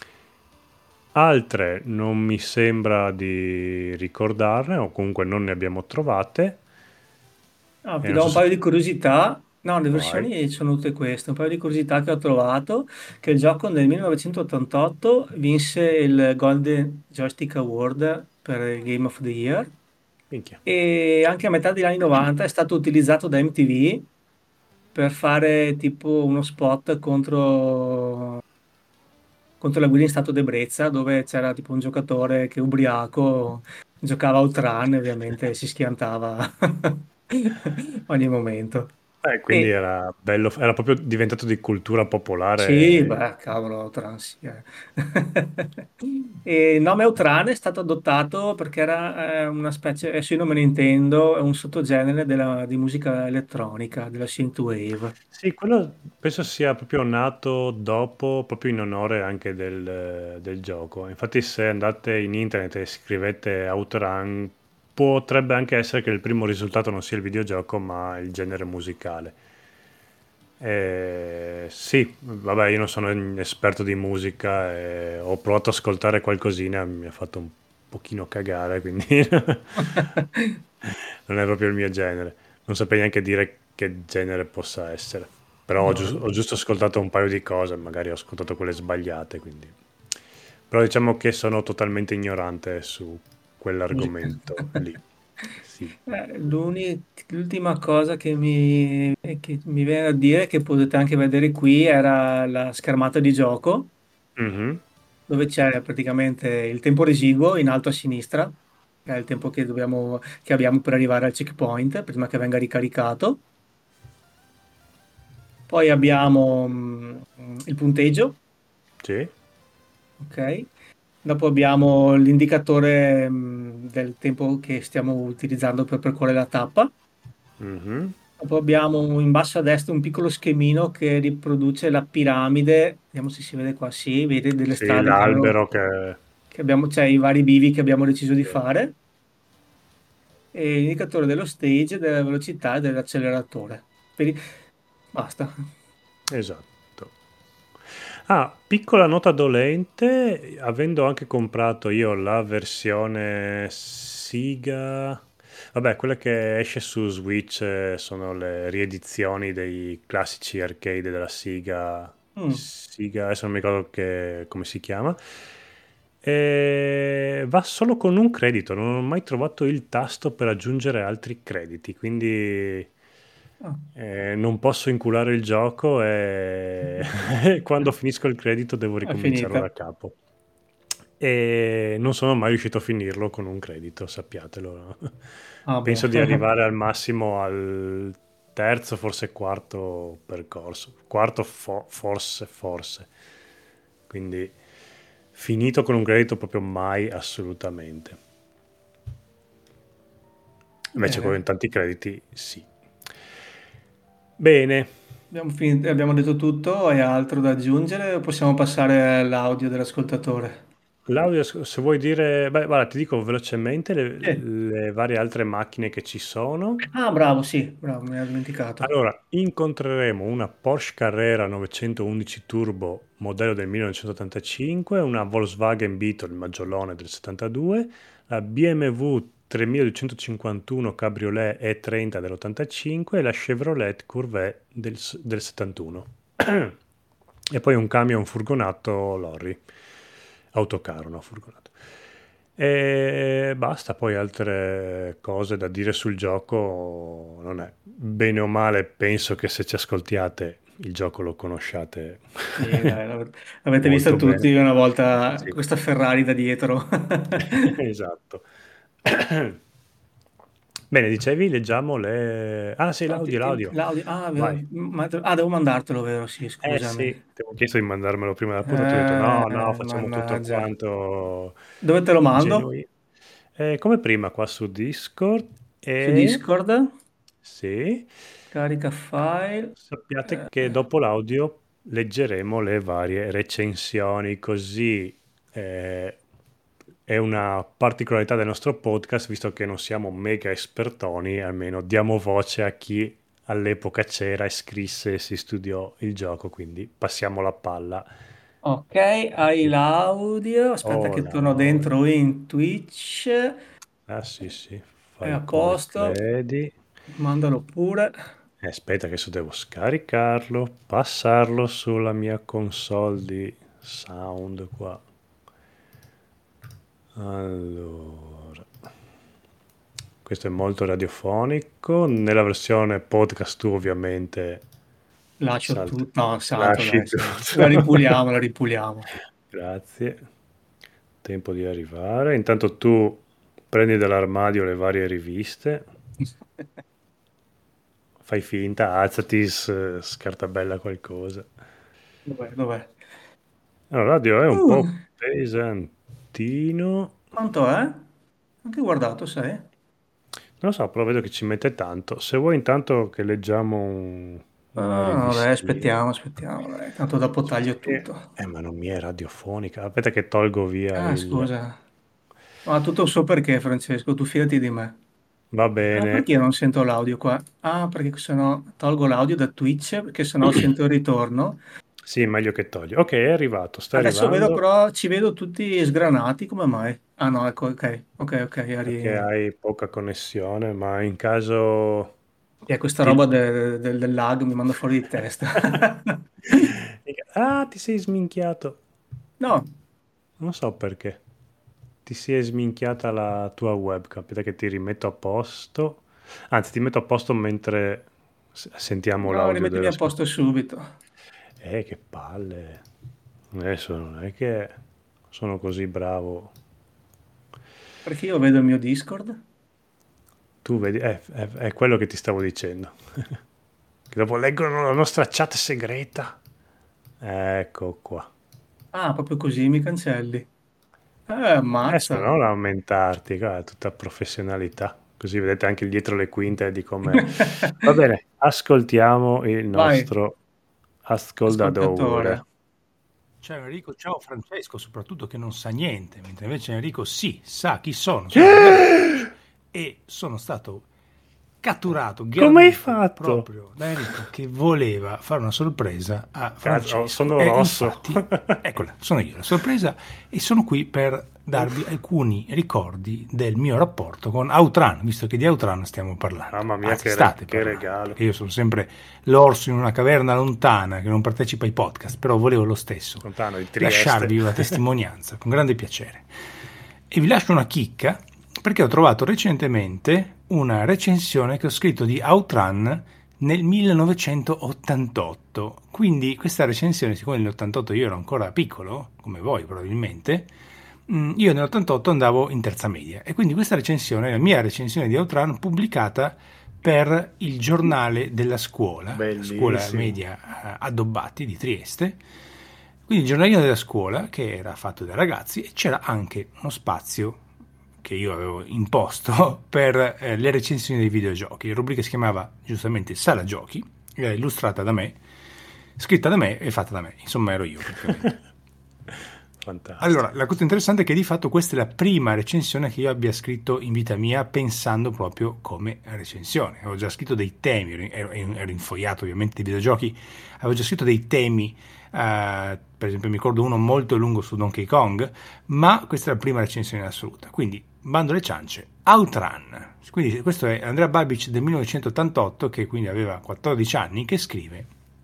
Altre non mi sembra di ricordarne, o comunque non ne abbiamo trovate. no, E ti non do so un se paio tu... di curiosità. No, le Vai. versioni sono tutte queste. Un paio di curiosità che ho trovato, che il gioco nel 1988 vinse il Golden Joystick Award per il Game of the Year Minchia. e anche a metà degli anni 90 è stato utilizzato da MTV per fare tipo uno spot contro la guida in stato d'ebbrezza, dove c'era tipo un giocatore che ubriaco giocava Outrun e ovviamente si schiantava ogni momento. Quindi E era bello, era proprio diventato di cultura sì, popolare. beh, cavolo, Outrun, sì, eh. E il nome Outrun è stato adottato perché era una specie, adesso io non me ne intendo, è un sottogenere di musica elettronica, della synthwave. Sì, quello penso sia proprio nato dopo, proprio in onore anche del gioco. Infatti, se andate in internet e scrivete Outrun, potrebbe anche essere che il primo risultato non sia il videogioco, ma il genere musicale. Sì, vabbè, io non sono un esperto di musica e ho provato ad ascoltare qualcosina, mi ha fatto un pochino cagare, quindi non è proprio il mio genere. Non saprei neanche dire che genere possa essere. Però ho, No. ho giusto ascoltato un paio di cose, magari ho ascoltato quelle sbagliate, quindi. Però diciamo che sono totalmente ignorante su Musica. quell'argomento lì. Sì. L'ultima cosa che mi viene da dire, che potete anche vedere qui, era la schermata di gioco, Mhm. dove c'è praticamente il tempo residuo in alto a sinistra, che è il tempo che abbiamo per arrivare al checkpoint, prima che venga ricaricato. Poi abbiamo il punteggio, Sì. ok. Dopo abbiamo l'indicatore del tempo che stiamo utilizzando per percorrere la tappa. Mhm. Dopo abbiamo in basso a destra un piccolo schemino che riproduce la piramide. Vediamo se si vede qua. Sì, vede delle Sì, strade l'albero che... che abbiamo, cioè i vari bivi che abbiamo deciso di Sì, fare. E l'indicatore dello stage, della velocità e dell'acceleratore. Basta. esatto. Ah, piccola nota dolente, avendo anche comprato io la versione Siga, vabbè, quella che esce su Switch sono le riedizioni dei classici arcade della Siga, Mm. Siga, adesso non mi ricordo come si chiama, e va solo con un credito, non ho mai trovato il tasto per aggiungere altri crediti, quindi Ah. non posso inculare il gioco e quando finisco il credito devo È ricominciarlo finita. da capo. E non sono mai riuscito a finirlo con un credito, sappiatelo. No? Ah, beh. Penso di arrivare al massimo al terzo, forse quarto percorso. Quarto forse. Quindi finito con un credito proprio mai assolutamente. Invece con Bene. tanti crediti sì. Bene. Abbiamo detto tutto, hai altro da aggiungere o possiamo passare all'audio dell'ascoltatore? L'audio, se vuoi dire, beh, guarda, ti dico velocemente Sì. le varie altre macchine che ci sono. Ah, bravo, sì, bravo, mi ero dimenticato. Allora, incontreremo una Porsche Carrera 911 Turbo modello del 1985, una Volkswagen Beetle Maggiolone del 72, la BMW 3251 Cabriolet E30 dell'85 e la Chevrolet Corvette del 71. E poi un camion furgonato Lorry, autocarro, no, furgonato. E basta, poi altre cose da dire sul gioco non è. Bene o male, penso che se ci ascoltiate il gioco lo conosciate Sì, dai, l'avete vista molto tutti bene. una volta Sì, questa Ferrari da dietro. esatto. Bene, dicevi, leggiamo le... Ah sì, No, l'audio. l'audio. Ah, Vai. devo mandartelo, vero? Sì, Eh scusami. sì, ti avevo chiesto di mandarmelo prima della puntata, ti ho detto no, no, facciamo tutto Mannaggia. quanto Dove te lo mando? genuino. Come prima qua su Discord Su e Discord? sì, Carica file. sappiate Eh, che dopo l'audio leggeremo le varie recensioni, così eh, è una particolarità del nostro podcast, visto che non siamo mega espertoni, almeno diamo voce a chi all'epoca c'era e scrisse e si studiò il gioco, quindi passiamo la palla. ok, hai l'audio. Aspetta Oh, che torno l'audio. dentro in Twitch. Ah sì sì, È a fai come posto. credi. Mandalo pure. Aspetta che adesso devo scaricarlo, passarlo sulla mia console di sound qua. Allora, questo è molto radiofonico. Nella versione podcast tu ovviamente Lascio salti, tutto. No, salto, lasci dai, sì. La tutto. ripuliamo, la ripuliamo. Grazie. Tempo di arrivare. Intanto tu prendi dall'armadio le varie riviste, fai finta, alzati, scartabella qualcosa. Dov'è? Dov'è? Allora, l'audio è un Uh, po' pesantino. quanto è? Anche guardato, sai? Non lo so, però vedo che ci mette tanto. Se vuoi intanto che leggiamo una Ah, no, dai, rivistina. aspettiamo, dai. Tanto dopo Sì, taglio sì. tutto. Ma non mi è radiofonica. Aspetta che tolgo via Ah, il... scusa. Ma ha tutto il suo perché, Francesco, tu fidati di me. Va Ah, bene. perché io non sento l'audio qua? Ah, perché sennò tolgo l'audio da Twitch, perché sennò sento il ritorno. Sì, meglio che togli. Ok, è arrivato, sta Adesso vedo arrivando però, ci vedo tutti sgranati, come mai? Ah no, ecco, ok, perché hai poca connessione, ma in caso questa ti... roba del lag mi manda fuori di testa. Ah, ti sei sminchiato. No, Non so perché. Ti si è sminchiata la tua webcam. Aspetta che ti rimetto a posto. Anzi, ti metto a posto mentre sentiamo no, l'audio rimettimi a dell'ascoltatore. posto subito. Che palle. Adesso non è che sono così bravo. Perché io vedo il mio Discord. Tu vedi, è quello che ti stavo dicendo. Che dopo leggono la nostra chat segreta. Ecco qua. Ah, proprio così mi cancelli. Adesso Ammazza. non lamentarti, guarda, tutta professionalità. Così vedete anche il dietro le quinte di come... Va bene, ascoltiamo il Vai, nostro ascoltatore. ascoltatore. Ciao Enrico, ciao Francesco, soprattutto che non sa niente, mentre invece Enrico sì, sa chi sono Andrea Babic e sono stato catturato, Come hai gradito fatto? proprio da Enrico che voleva fare una sorpresa a Cazzo, Francesco sono e rosso. infatti, eccola, sono io la sorpresa e sono qui per darvi alcuni ricordi del mio rapporto con Outran, visto che di Outran stiamo parlando, Mamma mia, anzi state che parlando, regalo. perché io sono sempre l'orso in una caverna lontana che non partecipa ai podcast, però volevo lo stesso Lontano di Trieste. lasciarvi una testimonianza con grande piacere. E vi lascio una chicca perché ho trovato recentemente una recensione che ho scritto di Outrun nel 1988. Quindi questa recensione, siccome nell'88 io ero ancora piccolo, come voi probabilmente, io nell'88 andavo in terza media e quindi questa recensione, la mia recensione di Outrun pubblicata per il giornale della scuola, la scuola Bellissimo. media Addobbati di Trieste, quindi il giornalino della scuola che era fatto dai ragazzi e c'era anche uno spazio che io avevo imposto per le recensioni dei videogiochi. La rubrica si chiamava giustamente Sala Giochi, era illustrata da me, scritta da me e fatta da me, insomma ero io praticamente. Fantastico. Allora, la cosa interessante è che di fatto questa è la prima recensione che io abbia scritto in vita mia pensando proprio come recensione. Avevo già scritto dei temi, ero infogliato ovviamente di videogiochi, avevo già scritto dei temi, per esempio mi ricordo uno molto lungo su Donkey Kong, ma questa è la prima recensione in assoluta. Quindi, bando alle ciance, Outrun. Quindi questo è Andrea Babic del 1988, che quindi aveva 14 anni, che scrive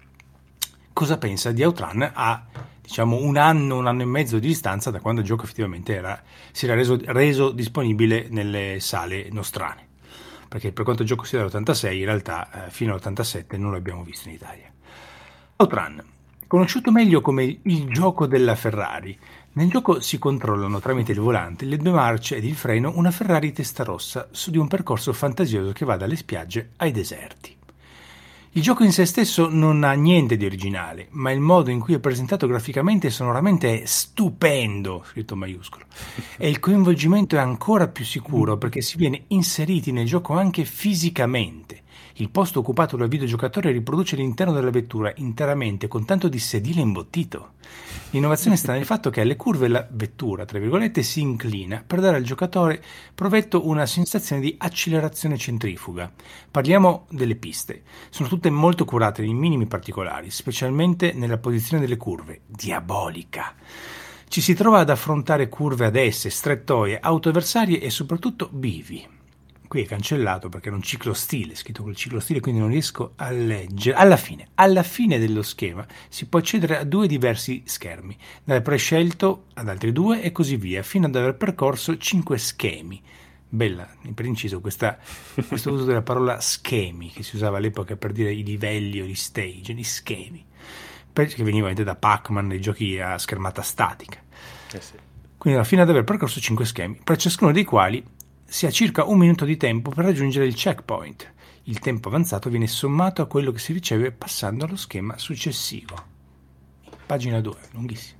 cosa pensa di Outrun a diciamo un anno e mezzo di distanza da quando il gioco effettivamente si era reso disponibile nelle sale nostrane. Perché per quanto il gioco sia dell'86, in realtà fino all'87 non lo abbiamo visto in Italia. Outrun, conosciuto meglio come il gioco della Ferrari. Nel gioco si controllano tramite il volante, le due marce ed il freno una Ferrari testa rossa su di un percorso fantasioso che va dalle spiagge ai deserti. Il gioco in se stesso non ha niente di originale, ma il modo in cui è presentato graficamente e sonoramente è stupendo, scritto maiuscolo. E il coinvolgimento è ancora più sicuro perché si viene inseriti nel gioco anche fisicamente. Il posto occupato dal videogiocatore riproduce l'interno della vettura interamente con tanto di sedile imbottito. L'innovazione sta nel fatto che alle curve la vettura, tra virgolette, si inclina per dare al giocatore provetto una sensazione di accelerazione centrifuga. Parliamo delle piste. Sono tutte molto curate nei minimi particolari, specialmente nella posizione delle curve. Diabolica! Ci si trova ad affrontare curve ad esse, strettoie, autoavversarie e soprattutto bivi. Qui è cancellato perché era un ciclostile, scritto col ciclostile, quindi non riesco a leggere. Alla fine dello schema si può accedere a due diversi schermi, dal prescelto ad altri due e così via, fino ad aver percorso 5 schemi. Bella, per inciso, questo uso della parola schemi, che si usava all'epoca per dire i livelli o gli stage, gli schemi, che veniva da Pac-Man, dei giochi a schermata statica. Sì. Quindi alla fine ad aver percorso 5 schemi, per ciascuno dei quali si ha circa un minuto di tempo per raggiungere il checkpoint. Il tempo avanzato viene sommato a quello che si riceve passando allo schema successivo. Pagina 2, lunghissimo.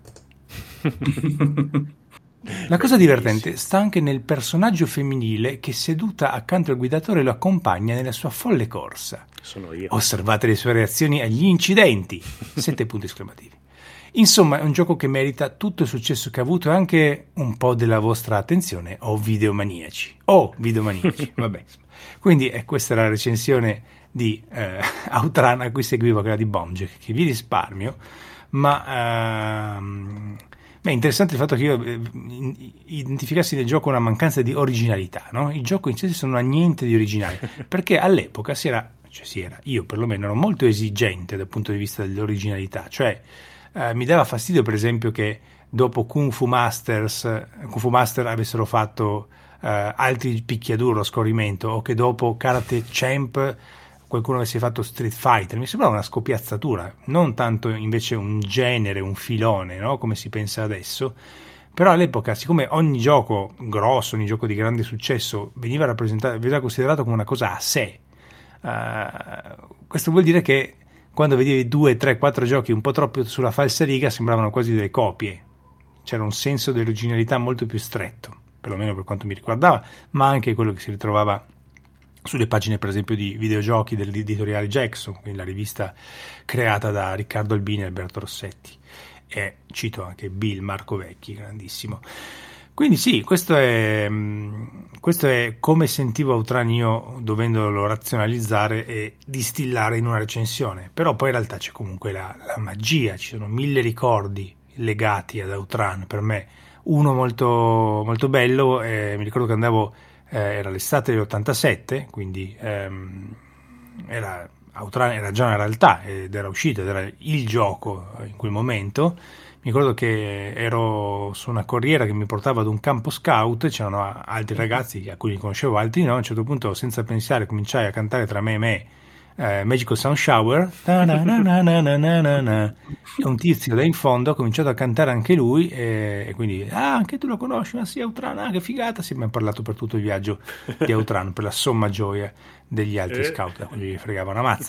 La cosa divertente sta anche nel personaggio femminile che seduta accanto al guidatore lo accompagna nella sua folle corsa. Sono io. Osservate le sue reazioni agli incidenti. 7 punti esclamativi. Insomma, è un gioco che merita tutto il successo che ha avuto e anche un po' della vostra attenzione, videomaniaci. Videomaniaci, vabbè. Quindi questa è la recensione di Outrun a cui seguiva quella di Bombjack, che vi risparmio, ma è interessante il fatto che io identificassi nel gioco una mancanza di originalità, no? Il gioco in sé non ha niente di originale, perché all'epoca io perlomeno ero molto esigente dal punto di vista dell'originalità, cioè mi dava fastidio per esempio che dopo Kung Fu Master avessero fatto altri picchiaduro a scorrimento o che dopo Karate Champ qualcuno avesse fatto Street Fighter. Mi sembrava una scopiazzatura, non tanto invece un genere, un filone, no? Come si pensa adesso. Però all'epoca, siccome ogni gioco grosso, ogni gioco di grande successo veniva considerato come una cosa a sé, questo vuol dire che quando vedevi 2, 3, 4 giochi un po' troppo sulla falsariga sembravano quasi delle copie, c'era un senso di originalità molto più stretto, perlomeno per quanto mi riguardava, ma anche quello che si ritrovava sulle pagine per esempio di videogiochi dell'editoriale Jackson, quindi la rivista creata da Riccardo Albini e Alberto Rossetti, e cito anche Bill Marco Vecchi, grandissimo. Quindi sì, questo è come sentivo Outrun io, dovendolo razionalizzare e distillare in una recensione. Però poi in realtà c'è comunque la magia, ci sono 1000 ricordi legati ad Outrun per me. Uno molto, molto bello, mi ricordo che andavo, era l'estate dell'87, quindi Outrun era già una realtà ed era uscito, ed era il gioco in quel momento. Mi ricordo che ero su una corriera che mi portava ad un campo scout, c'erano altri ragazzi a cui li conoscevo, altri no. A un certo punto, senza pensare, cominciai a cantare tra me e me Magical Sound Shower, e un tizio da in fondo ha cominciato a cantare anche lui, e quindi anche tu lo conosci, ma sì, Outrun, che figata. Sì, abbiamo parlato per tutto il viaggio di Outrun, per la somma gioia degli altri scout, da cui gli fregava una mazza.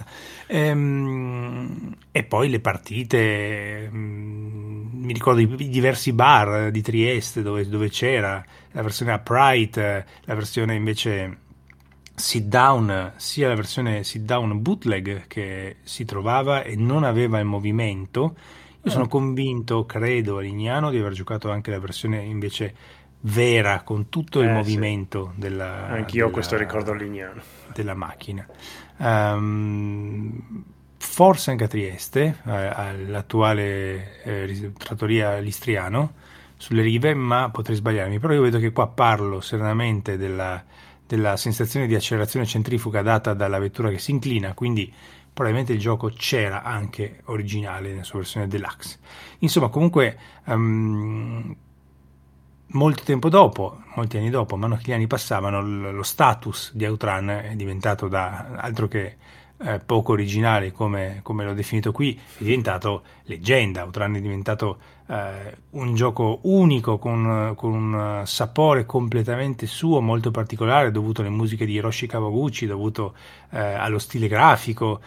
E poi le partite, mi ricordo i diversi bar di Trieste dove c'era la versione upright, la versione invece sit down, sia la versione sit down bootleg che si trovava e non aveva il movimento. Io sono convinto, credo, Lignano, di aver giocato anche la versione invece vera, con tutto il movimento sì. Anch'io ho questo ricordo Lignano della macchina. Forse anche a Trieste, all'attuale trattoria Listriano, sulle rive, ma potrei sbagliarmi. Però io vedo che qua parlo serenamente della sensazione di accelerazione centrifuga data dalla vettura che si inclina, quindi probabilmente il gioco c'era anche originale nella sua versione deluxe. Insomma, comunque molto tempo dopo, molti anni dopo, mano che gli anni passavano, lo status di Outrun è diventato da altro che poco originale, come l'ho definito qui, è diventato leggenda. Outrun è diventato un gioco unico, con un sapore completamente suo, molto particolare, dovuto alle musiche di Hiroshi Kawaguchi, dovuto allo stile grafico,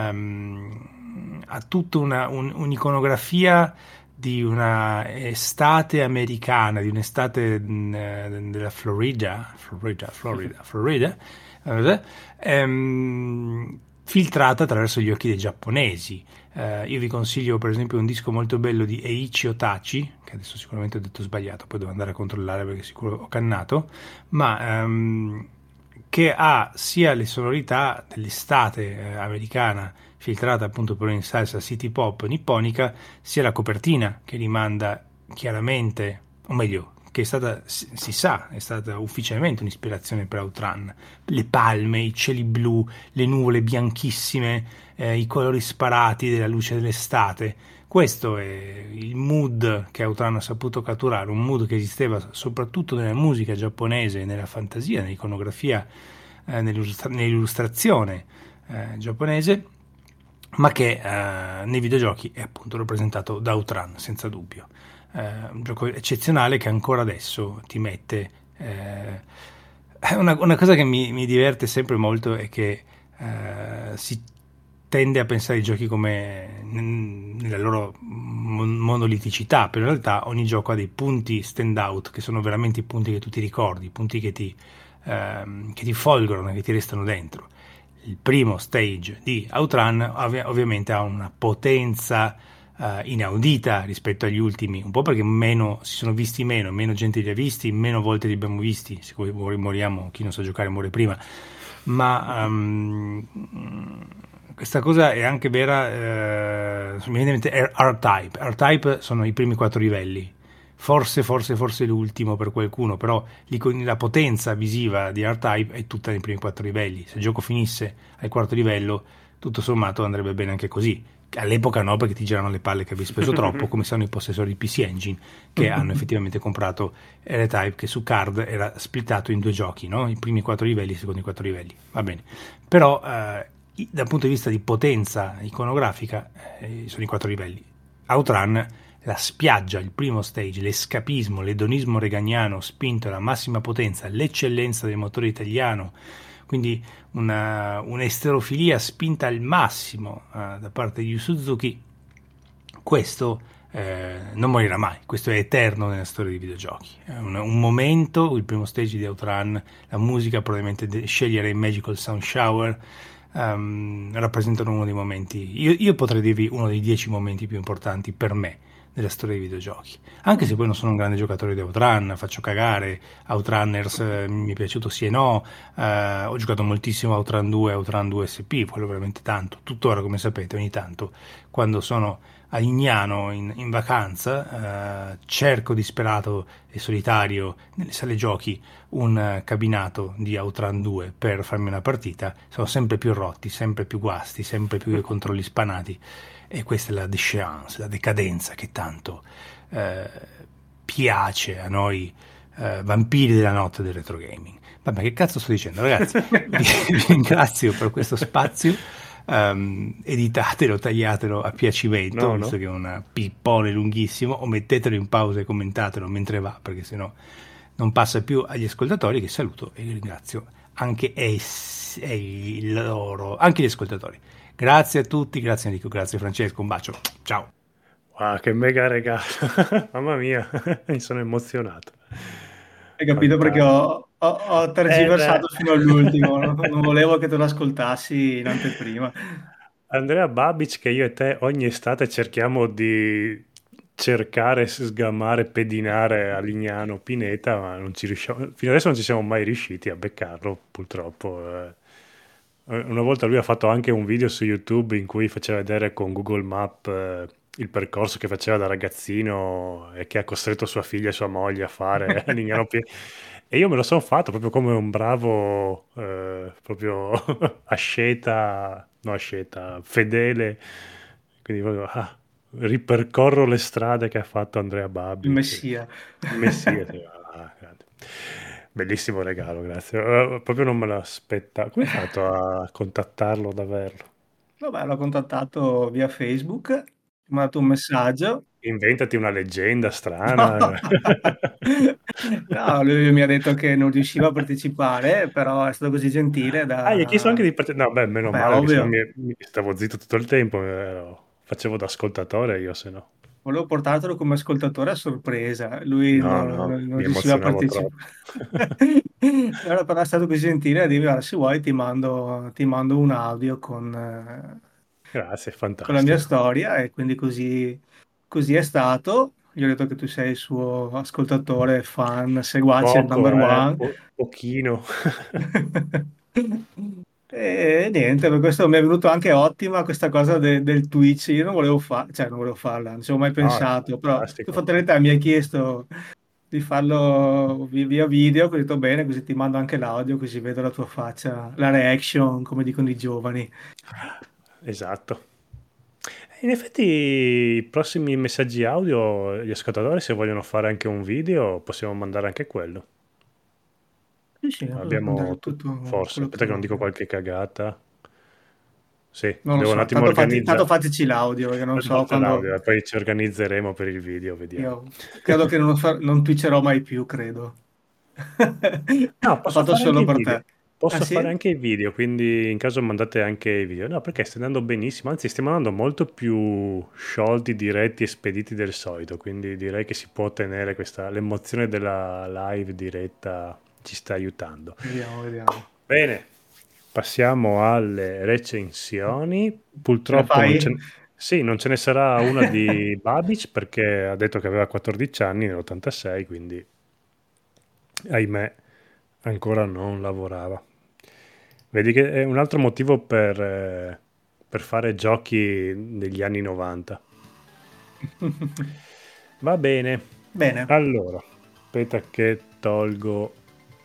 a tutta un'iconografia di una estate americana, di un'estate della Florida, filtrata attraverso gli occhi dei giapponesi. Io vi consiglio per esempio un disco molto bello di Eiichi Otachi, che adesso sicuramente ho detto sbagliato, poi devo andare a controllare perché sicuro ho cannato, ma che ha sia le sonorità dell'estate americana filtrata appunto però in salsa city pop nipponica, sia la copertina che rimanda chiaramente, o meglio, che è stata, si sa, è stata ufficialmente un'ispirazione per Outrun. Le palme, i cieli blu, le nuvole bianchissime, i colori sparati della luce dell'estate. Questo è il mood che Outrun ha saputo catturare, un mood che esisteva soprattutto nella musica giapponese, nella fantasia, nell'iconografia, nell'illustrazione giapponese, ma che nei videogiochi è appunto rappresentato da Outrun, senza dubbio. Un gioco eccezionale che ancora adesso ti mette... una cosa che mi diverte sempre molto è che si tende a pensare ai giochi come nella loro monoliticità, però in realtà ogni gioco ha dei punti stand out che sono veramente i punti che tu ti ricordi, i punti che ti folgorano, che ti restano dentro. Il primo stage di Outrun ovviamente ha una potenza inaudita rispetto agli ultimi, un po' perché si sono visti meno gente li ha visti, meno volte li abbiamo visti, se moriamo, chi non sa giocare muore prima, ma questa cosa è anche vera. R-Type. R-Type sono i primi 4 livelli, forse l'ultimo per qualcuno, però la potenza visiva di R-Type è tutta nei primi 4 livelli. Se il gioco finisse al 4º livello, tutto sommato andrebbe bene anche così. All'epoca no, perché ti girano le palle che avevi speso troppo, come sanno i possessori di PC Engine, che hanno effettivamente comprato R-Type, che su card era splittato in 2 giochi, no? I primi 4 livelli, i secondi 4 livelli, va bene. Però dal punto di vista di potenza iconografica sono i 4 livelli. Outrun, la spiaggia, il primo stage, l'escapismo, l'edonismo reganiano spinto alla massima potenza, l'eccellenza del motore italiano, quindi un'esterofilia spinta al massimo da parte di Yu Suzuki. Questo non morirà mai, questo è eterno nella storia dei videogiochi. È un momento, il primo stage di Outrun, la musica, probabilmente scegliere il Magical Sound Shower, rappresentano uno dei momenti. Io potrei dirvi uno dei 10 momenti più importanti per me della storia dei videogiochi. Anche se poi non sono un grande giocatore di Outrun, faccio cagare, Outrunners mi è piaciuto sì e no, ho giocato moltissimo Outrun 2, Outrun 2 SP, quello veramente tanto, tuttora come sapete ogni tanto quando sono a Lignano in vacanza, cerco disperato e solitario nelle sale giochi un cabinato di Outrun 2 per farmi una partita, sono sempre più rotti, sempre più guasti, sempre più controlli spanati, e questa è la déchéance, la decadenza che tanto piace a noi vampiri della notte del retro gaming. Vabbè, che cazzo sto dicendo, ragazzi? Vi ringrazio per questo spazio. Editatelo, tagliatelo a piacimento, visto che è un pippone lunghissimo, o mettetelo in pausa e commentatelo mentre va, perché sennò non passa più agli ascoltatori, che saluto e ringrazio anche loro, anche gli ascoltatori. Grazie a tutti, grazie Enrico, grazie Francesco, un bacio, ciao. Wow, che mega regalo, mamma mia, mi sono emozionato. Hai capito perché ho tergiversato fino all'ultimo, non volevo che te lo ascoltassi in anteprima. Andrea Babic, che io e te ogni estate cerchiamo di cercare, sgamare, pedinare a Lignano Pineta, ma non ci riusciamo, fino adesso non ci siamo mai riusciti a beccarlo, purtroppo. Una volta lui ha fatto anche un video su YouTube in cui faceva vedere con Google Map il percorso che faceva da ragazzino e che ha costretto sua figlia e sua moglie a fare a Lignano Pineta. E io me lo sono fatto proprio come un bravo, proprio fedele. Quindi proprio, ripercorro le strade che ha fatto Andrea Babbi. Il Messia. Il Messia, sì. Grande. Bellissimo regalo, grazie. Proprio non me lo aspetta. Come hai fatto a contattarlo, ad averlo? Vabbè, l'ho contattato via Facebook, mi ha mandato un messaggio. Inventati una leggenda strana. No, lui mi ha detto che non riusciva a partecipare, però è stato così gentile gli hai chiesto anche da... di partecipare? No, beh, meno Vabbè, male, che se no ovvio. mi stavo zitto tutto il tempo, facevo da ascoltatore io, se no. Volevo portartelo come ascoltatore a sorpresa, lui No, non, no, non mi riusciva a emozionavo troppo. partecipare. Allora, però è stato così gentile a dirmi, guarda, se vuoi ti mando un audio Grazie, con la mia fantastico. storia, e quindi così è stato. Gli ho detto che tu sei il suo ascoltatore, fan, seguace number Poco, one. pochino. E niente, per questo mi è venuto anche ottima questa cosa del Twitch. Io non volevo cioè non volevo farla, non ci avevo mai No, è pensato, però tu fantastico. fatalità mi hai chiesto di farlo via video, ho detto bene, così ti mando anche l'audio, così vedo la tua faccia, la reaction, come dicono i giovani. Esatto. In effetti, i prossimi messaggi audio, gli ascoltatori, se vogliono fare anche un video, possiamo mandare anche quello. Sì, sì, posso mandare Abbiamo tutto forse, quello che aspetta che non dico voglio. qualche cagata. Sì, Non lo devo un so, attimo tanto organizzare. fateci l'audio, perché non so L'audio quando... e poi ci organizzeremo per il video, vediamo. Io credo che non twitcherò mai più, credo. No, L'ho posso fatto fare anche solo i per video. te. Ah Posso fare sì? anche i video, quindi in caso mandate anche i video. No, perché stai andando benissimo, anzi stiamo andando molto più sciolti, diretti e spediti del solito, quindi direi che si può ottenere l'emozione della live diretta ci sta aiutando. Vediamo, vediamo. Bene, passiamo alle recensioni. Ce la Purtroppo fai? sì, non ce ne sarà una di Babic perché ha detto che aveva 14 anni nell'86, quindi ahimè ancora non lavorava. Vedi che è un altro motivo per fare giochi degli anni 90. Va bene. Bene. Allora, aspetta che tolgo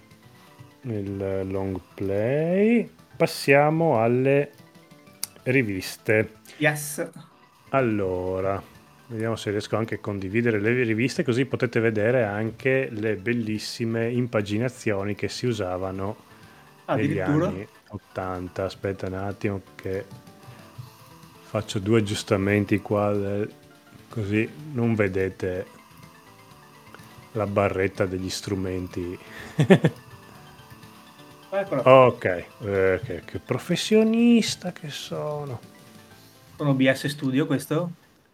il long play. Passiamo alle riviste. Yes. Allora, vediamo se riesco anche a condividere le riviste, così potete vedere anche le bellissime impaginazioni che si usavano negli Addirittura? anni 80. Aspetta un attimo che faccio 2 aggiustamenti qua, così non vedete la barretta degli strumenti. Eccola qua. Ok, che professionista che sono. Con OBS Studio questo?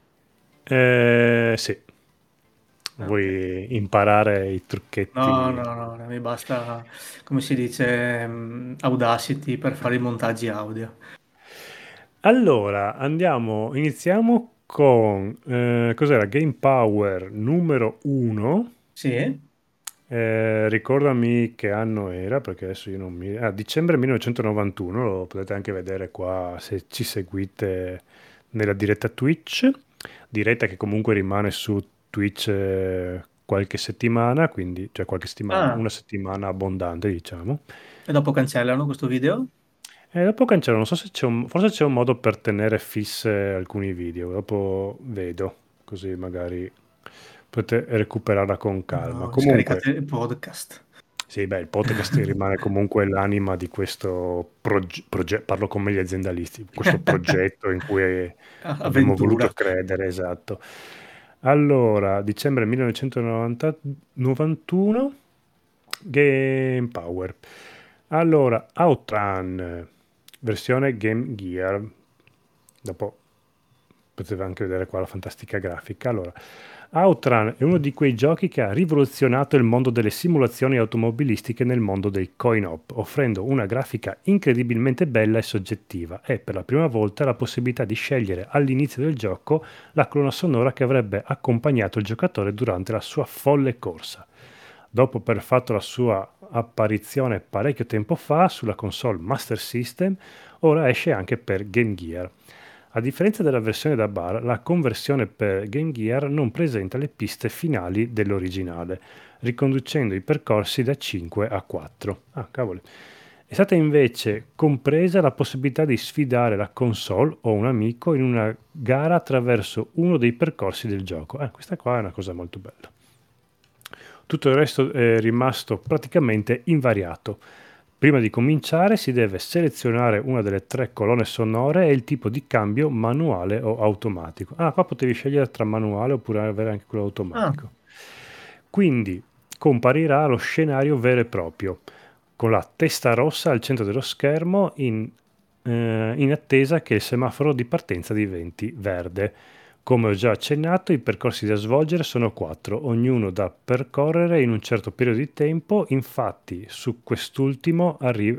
Sì, Ok. vuoi imparare i No, trucchetti? no, no, mi basta, come si dice, Audacity per fare i montaggi audio. Allora, iniziamo con, cos'era? Game Power numero 1. Sì? Ricordami che anno era, perché adesso io non mi... Ah, dicembre 1991, lo potete anche vedere qua se ci seguite nella diretta Twitch, diretta che comunque rimane su Twitch qualche settimana, quindi, cioè qualche settimana, Ah, una settimana abbondante, diciamo. e dopo cancellano questo video? E dopo cancello, non so se forse c'è un modo per tenere fisse alcuni video, dopo vedo, così magari potete recuperarla con calma. No, Comunque, scaricate il podcast. sì, beh, il podcast rimane comunque l'anima di questo progetto, parlo con me gli aziendalisti, questo progetto in cui abbiamo voluto Avventura. credere, esatto. Allora, dicembre 1991, Game Power. Allora, Outrun, versione Game Gear. Dopo potete anche vedere qua la fantastica grafica. Allora, Outrun è uno di quei giochi che ha rivoluzionato il mondo delle simulazioni automobilistiche nel mondo dei coin-op, offrendo una grafica incredibilmente bella e soggettiva e per la prima volta la possibilità di scegliere all'inizio del gioco la colonna sonora che avrebbe accompagnato il giocatore durante la sua folle corsa. Dopo aver fatto la sua apparizione parecchio tempo fa sulla console Master System, ora esce anche per Game Gear. A differenza della versione da bar, la conversione per Game Gear non presenta le piste finali dell'originale, riconducendo i percorsi da 5 a 4. Ah, cavoli. È stata invece compresa la possibilità di sfidare la console o un amico in una gara attraverso uno dei percorsi del gioco. Questa qua è una cosa molto bella. Tutto il resto è rimasto praticamente invariato. Prima di cominciare si deve selezionare una delle 3 colonne sonore e il tipo di cambio manuale o automatico. Qua potevi scegliere tra manuale oppure avere anche quello Ah, automatico. Quindi comparirà lo scenario vero e proprio, con la testa rossa al centro dello schermo in attesa che il semaforo di partenza diventi verde. Come ho già accennato, i percorsi da svolgere sono 4, ognuno da percorrere in un certo periodo di tempo. Infatti, se quest'ultimo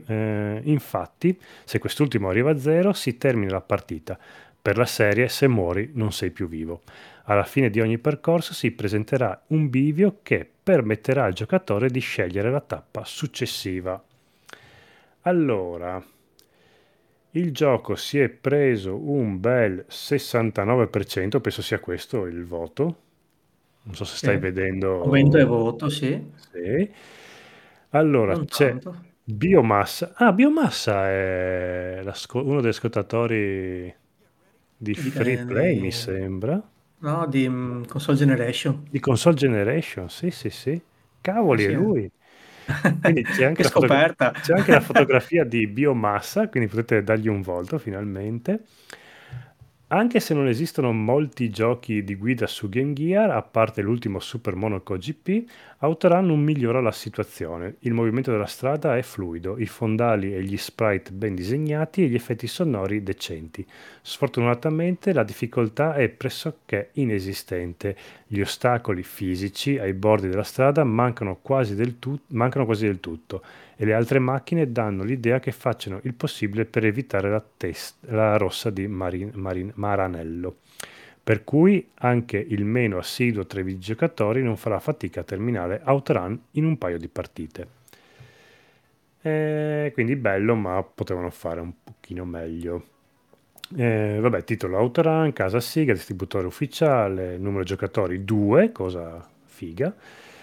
arriva a 0, si termina la partita. Per la serie, se muori, non sei più vivo. Alla fine di ogni percorso si presenterà un bivio che permetterà al giocatore di scegliere la tappa successiva. Allora, il gioco si è preso un bel 69%, penso sia questo il voto. Non so se sì. stai Aumento e vedendo. voto, sì. Sì. Allora, Non c'è tanto. Biomassa. Biomassa è uno degli ascoltatori di Di, Free Play, mi di- sembra. no, di Console Generation. Di Console Generation, sì, sì, sì. Ah, Cavoli, è sì. lui. Quindi c'è anche Che la scoperta. c'è anche la fotografia di Biomassa, quindi potete dargli un volto finalmente. Anche se non esistono molti giochi di guida su Game Gear, a parte l'ultimo Super Monaco GP, Outrun non migliora la situazione. Il movimento della strada è fluido, i fondali e gli sprite ben disegnati e gli effetti sonori decenti. Sfortunatamente la difficoltà è pressoché inesistente. Gli ostacoli fisici ai bordi della strada mancano quasi del tutto e le altre macchine danno l'idea che facciano il possibile per evitare la rossa di Maranello. Per cui anche il meno assiduo tra i videogiocatori non farà fatica a terminare Outrun in un paio di partite. Quindi bello, ma potevano fare un pochino meglio. Vabbè, titolo Outrun, casa Siga, distributore ufficiale, numero giocatori 2, cosa figa.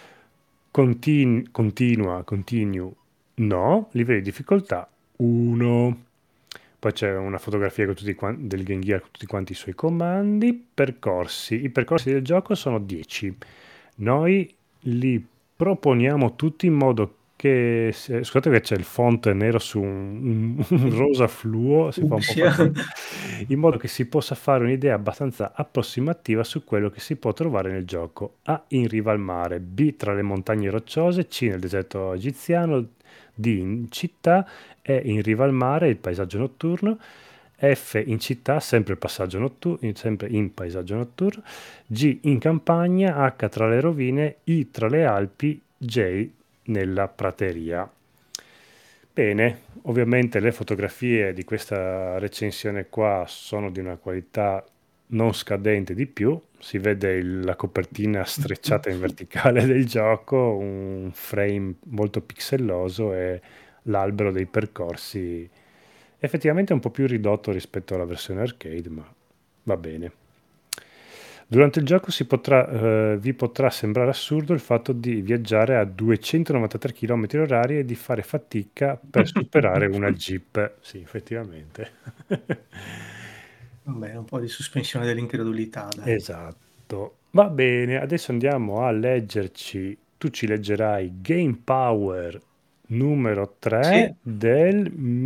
Continue, no, livello di difficoltà 1. Poi c'è una fotografia del Game Gear con tutti quanti i suoi comandi. I percorsi del gioco sono 10. Noi li proponiamo tutti in modo scusate che c'è il font nero su un rosa fluo, si fa un po' Fucsia. fatica, in modo che si possa fare un'idea abbastanza approssimativa su quello che si può trovare nel gioco. A, in riva al mare, B, tra le montagne rocciose, C, nel deserto egiziano, D, in città, E, in riva al mare, il paesaggio notturno, F, in città, sempre il passaggio notturno, sempre in paesaggio notturno, G, in campagna, H, tra le rovine, I, tra le Alpi, J, nella prateria. Bene, ovviamente le fotografie di questa recensione qua sono di una qualità non scadente di più, si vede la copertina strecciata in verticale del gioco, un frame molto pixelloso e l'albero dei percorsi effettivamente un po' più ridotto rispetto alla versione arcade, ma va bene. Durante il gioco vi potrà sembrare assurdo il fatto di viaggiare a 293 km/h e di fare fatica per superare una Jeep. Sì, effettivamente. Vabbè, un po' di sospensione dell'incredulità, dai. Esatto. Va bene, adesso andiamo a leggerci. Tu ci leggerai Game Power numero 3 Sì, del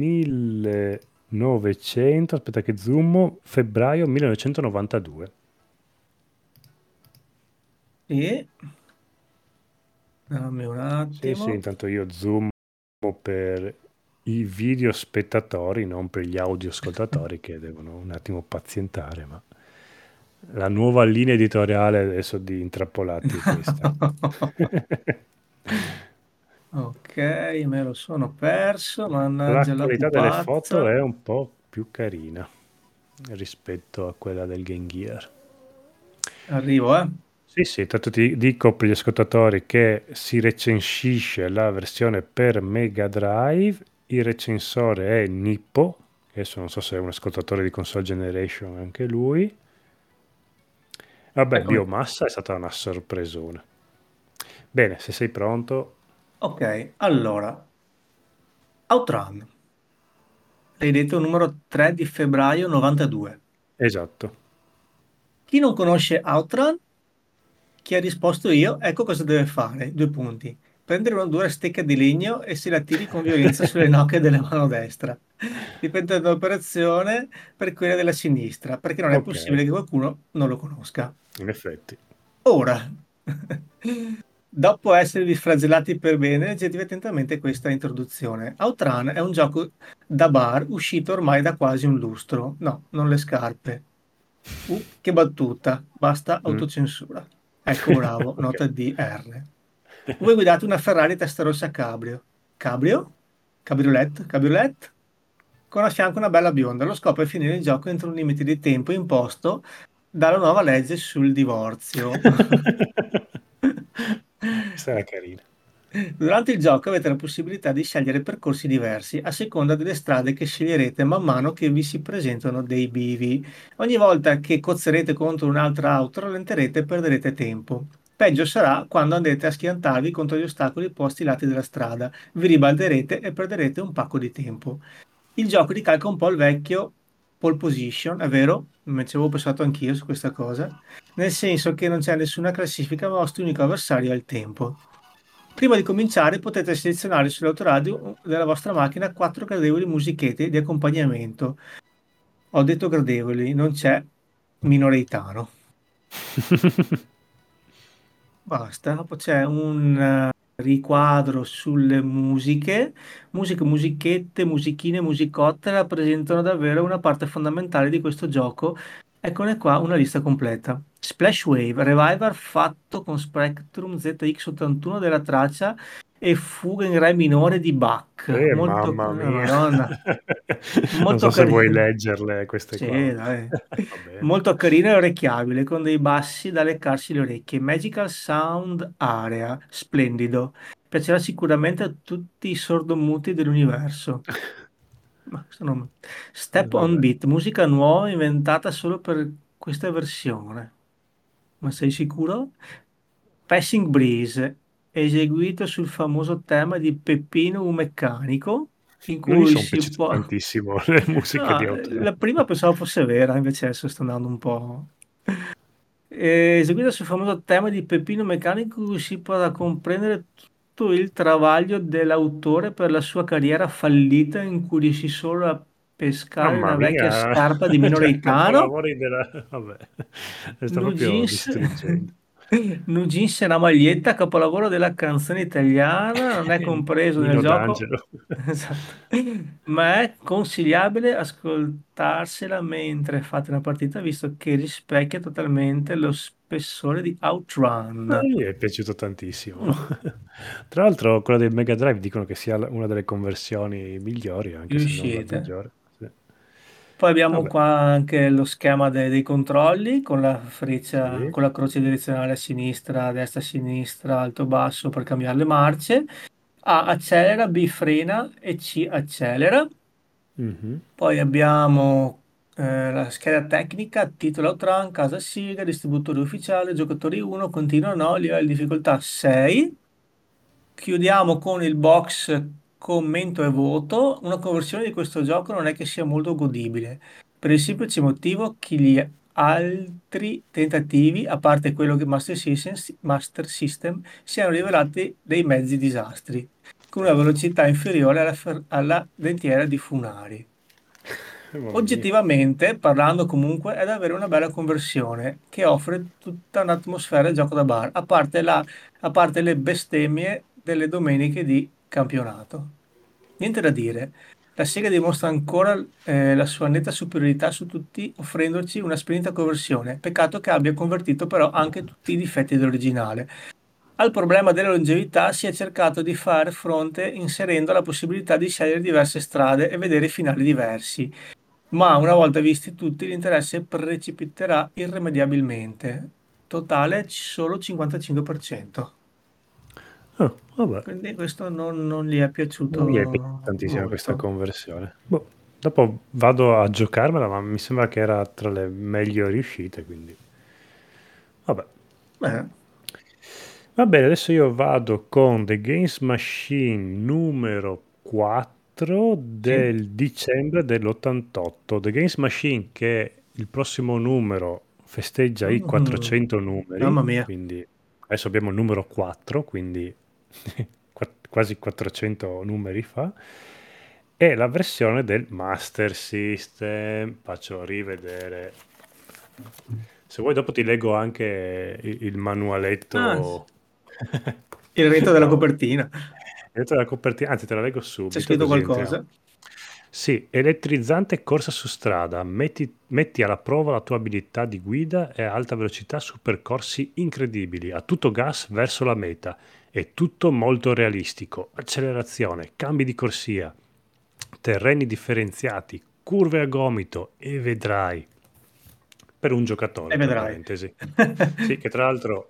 1900, aspetta che zoom, febbraio 1992. sì. Dammi un Sì, sì, attimo. intanto io zoom per i video spettatori, non per gli audio ascoltatori che devono un attimo pazientare, ma la nuova linea editoriale adesso di Intrappolati è questa. Ok, me lo sono perso, La mannaggia la qualità delle foto pupazza. è un po' più carina rispetto a quella del Game Gear. Arrivo, eh. Sì, sì, tanto ti dico per gli ascoltatori che si recensisce la versione per Mega Drive, il recensore è Nippo, che adesso non so se è un ascoltatore di Console Generation anche lui. Vabbè, Eccomi qua. Biomassa è stata una sorpresona. Bene, se sei pronto, Ok, allora, Outrun, l'hai detto numero 3 di febbraio 92. esatto. Chi non conosce Outrun, chi ha risposto io, ecco cosa deve fare. Due punti. Prendere una dura stecca di legno e se la tiri con violenza sulle nocche della mano destra. Ripetere l'operazione per quella della sinistra, perché non è Ok, possibile che qualcuno non lo conosca. in effetti. Ora, dopo esservi flagellati per bene, leggetevi attentamente questa introduzione. Outrun è un gioco da bar uscito ormai da quasi un lustro. No, non le scarpe. Che battuta, basta Mm. autocensura. Ecco, bravo, Ok. nota DR. Voi guidate una Ferrari testa rossa cabrio. Cabrio? Cabriolet? Cabriolet? Con a fianco una bella bionda. Lo scopo è finire il gioco entro un limite di tempo imposto dalla nuova legge sul divorzio. Questa era carina. Durante il gioco avete la possibilità di scegliere percorsi diversi a seconda delle strade che sceglierete man mano che vi si presentano dei bivi. Ogni volta che cozzerete contro un'altra auto, rallenterete e perderete tempo. Peggio sarà quando andrete a schiantarvi contro gli ostacoli posti ai lati della strada. Vi ribalderete e perderete un pacco di tempo. Il gioco ricalca un po' il vecchio pole position, è vero? Ci avevo pensato anch'io su questa cosa, nel senso che non c'è nessuna classifica, ma il vostro unico avversario è il tempo. Prima di cominciare potete selezionare sull'autoradio della vostra macchina quattro gradevoli musichette di accompagnamento. Ho detto gradevoli, non c'è minoritano. Basta, dopo c'è un riquadro sulle musiche. Musiche, musichette, musichine, musicotte rappresentano davvero una parte fondamentale di questo gioco. Eccone qua una lista completa. Splash Wave, Revival fatto con Spectrum ZX81 della traccia e fuga in re minore di Bach. Molto, Mamma mia. Madonna, Non molto so se vuoi carino. leggerle queste Sì, qua. dai. Va bene. Molto carino e orecchiabile, con dei bassi da leccarsi le orecchie. Magical Sound Area, splendido. Piacerà sicuramente a tutti i sordomuti dell'universo. Ma questo nome. Step on Vabbè. Beat, musica nuova inventata solo per questa versione. Ma sei sicuro? Passing Breeze, eseguito sul famoso tema di Peppino un meccanico, in Non mi cui sono si piaciute può... tantissimo le musiche di Ah, Outrun. la prima pensavo fosse vera, invece adesso sto andando un po'... Eseguita sul famoso tema di Peppino Meccanico, si potrà comprendere tutto il travaglio dell'autore per la sua carriera fallita in cui riuscì solo a pescare Mamma una vecchia mia, scarpa di cioè, minoretano. capolavori della... Vabbè, sta Nu proprio Jeans, distruggendo. Nu Jeans è una maglietta, capolavoro della canzone italiana, non è compreso nel Nino gioco, D'Angelo. esatto, ma è consigliabile ascoltarsela mentre fate una partita, visto che rispecchia totalmente lo spessore di Outrun. Mi è piaciuto tantissimo. Mm, Tra l'altro, quella del Mega Drive dicono che sia una delle conversioni migliori, anche se non la riuscite. migliore. Sì. Poi abbiamo Vabbè, qua anche lo schema dei controlli con la freccia, sì. con la croce direzionale a sinistra, a destra, a sinistra, alto, basso per cambiare le marce. A accelera, B frena e C accelera. Mhm. Poi abbiamo la scheda tecnica, titolo Outrun, casa Siga, distributore ufficiale, giocatori 1, continua no, livello di difficoltà 6. Chiudiamo con il box commento e voto. Una conversione di questo gioco non è che sia molto godibile, per il semplice motivo che gli altri tentativi, a parte quello che Master System siano rivelati dei mezzi disastri, con una velocità inferiore alla dentiera di Funari. Mamma mia. Oggettivamente, parlando comunque, è davvero una bella conversione che offre tutta un'atmosfera di gioco da bar, a parte le bestemmie delle domeniche di campionato. Niente da dire, la Sega dimostra ancora la sua netta superiorità su tutti, offrendoci una splendida conversione. Peccato che abbia convertito però anche tutti i difetti dell'originale. Al problema della longevità si è cercato di fare fronte inserendo la possibilità di scegliere diverse strade e vedere finali diversi, ma una volta visti tutti l'interesse precipiterà irrimediabilmente. Totale solo 55%. Vabbè, Quindi questo non gli è non mi è piaciuta piaciuto tantissimo questa molto. conversione. Boh, dopo vado a giocarmela, ma mi sembra che era tra le meglio riuscite, quindi... Vabbè. Beh, Va bene, adesso io vado con The Games Machine numero 4 sì. del dicembre dell'88. The Games Machine che il prossimo numero festeggia i Mhm. 400 numeri, Mamma mia. quindi adesso abbiamo il numero 4, quindi quasi 400 numeri fa. E la versione del Master System. Faccio rivedere. Se vuoi dopo ti leggo anche il Ah, manualetto. il retro della No, copertina. dietro la copertina, anzi te la leggo C'è subito scritto così entriamo. qualcosa? Sì, elettrizzante corsa su strada, metti alla prova la tua abilità di guida e a alta velocità su percorsi incredibili, a tutto gas verso la meta. È tutto molto realistico, accelerazione, cambi di corsia, terreni differenziati, curve a gomito e vedrai. Per un E giocatore, tra vedrai. parentesi. Sì, che tra l'altro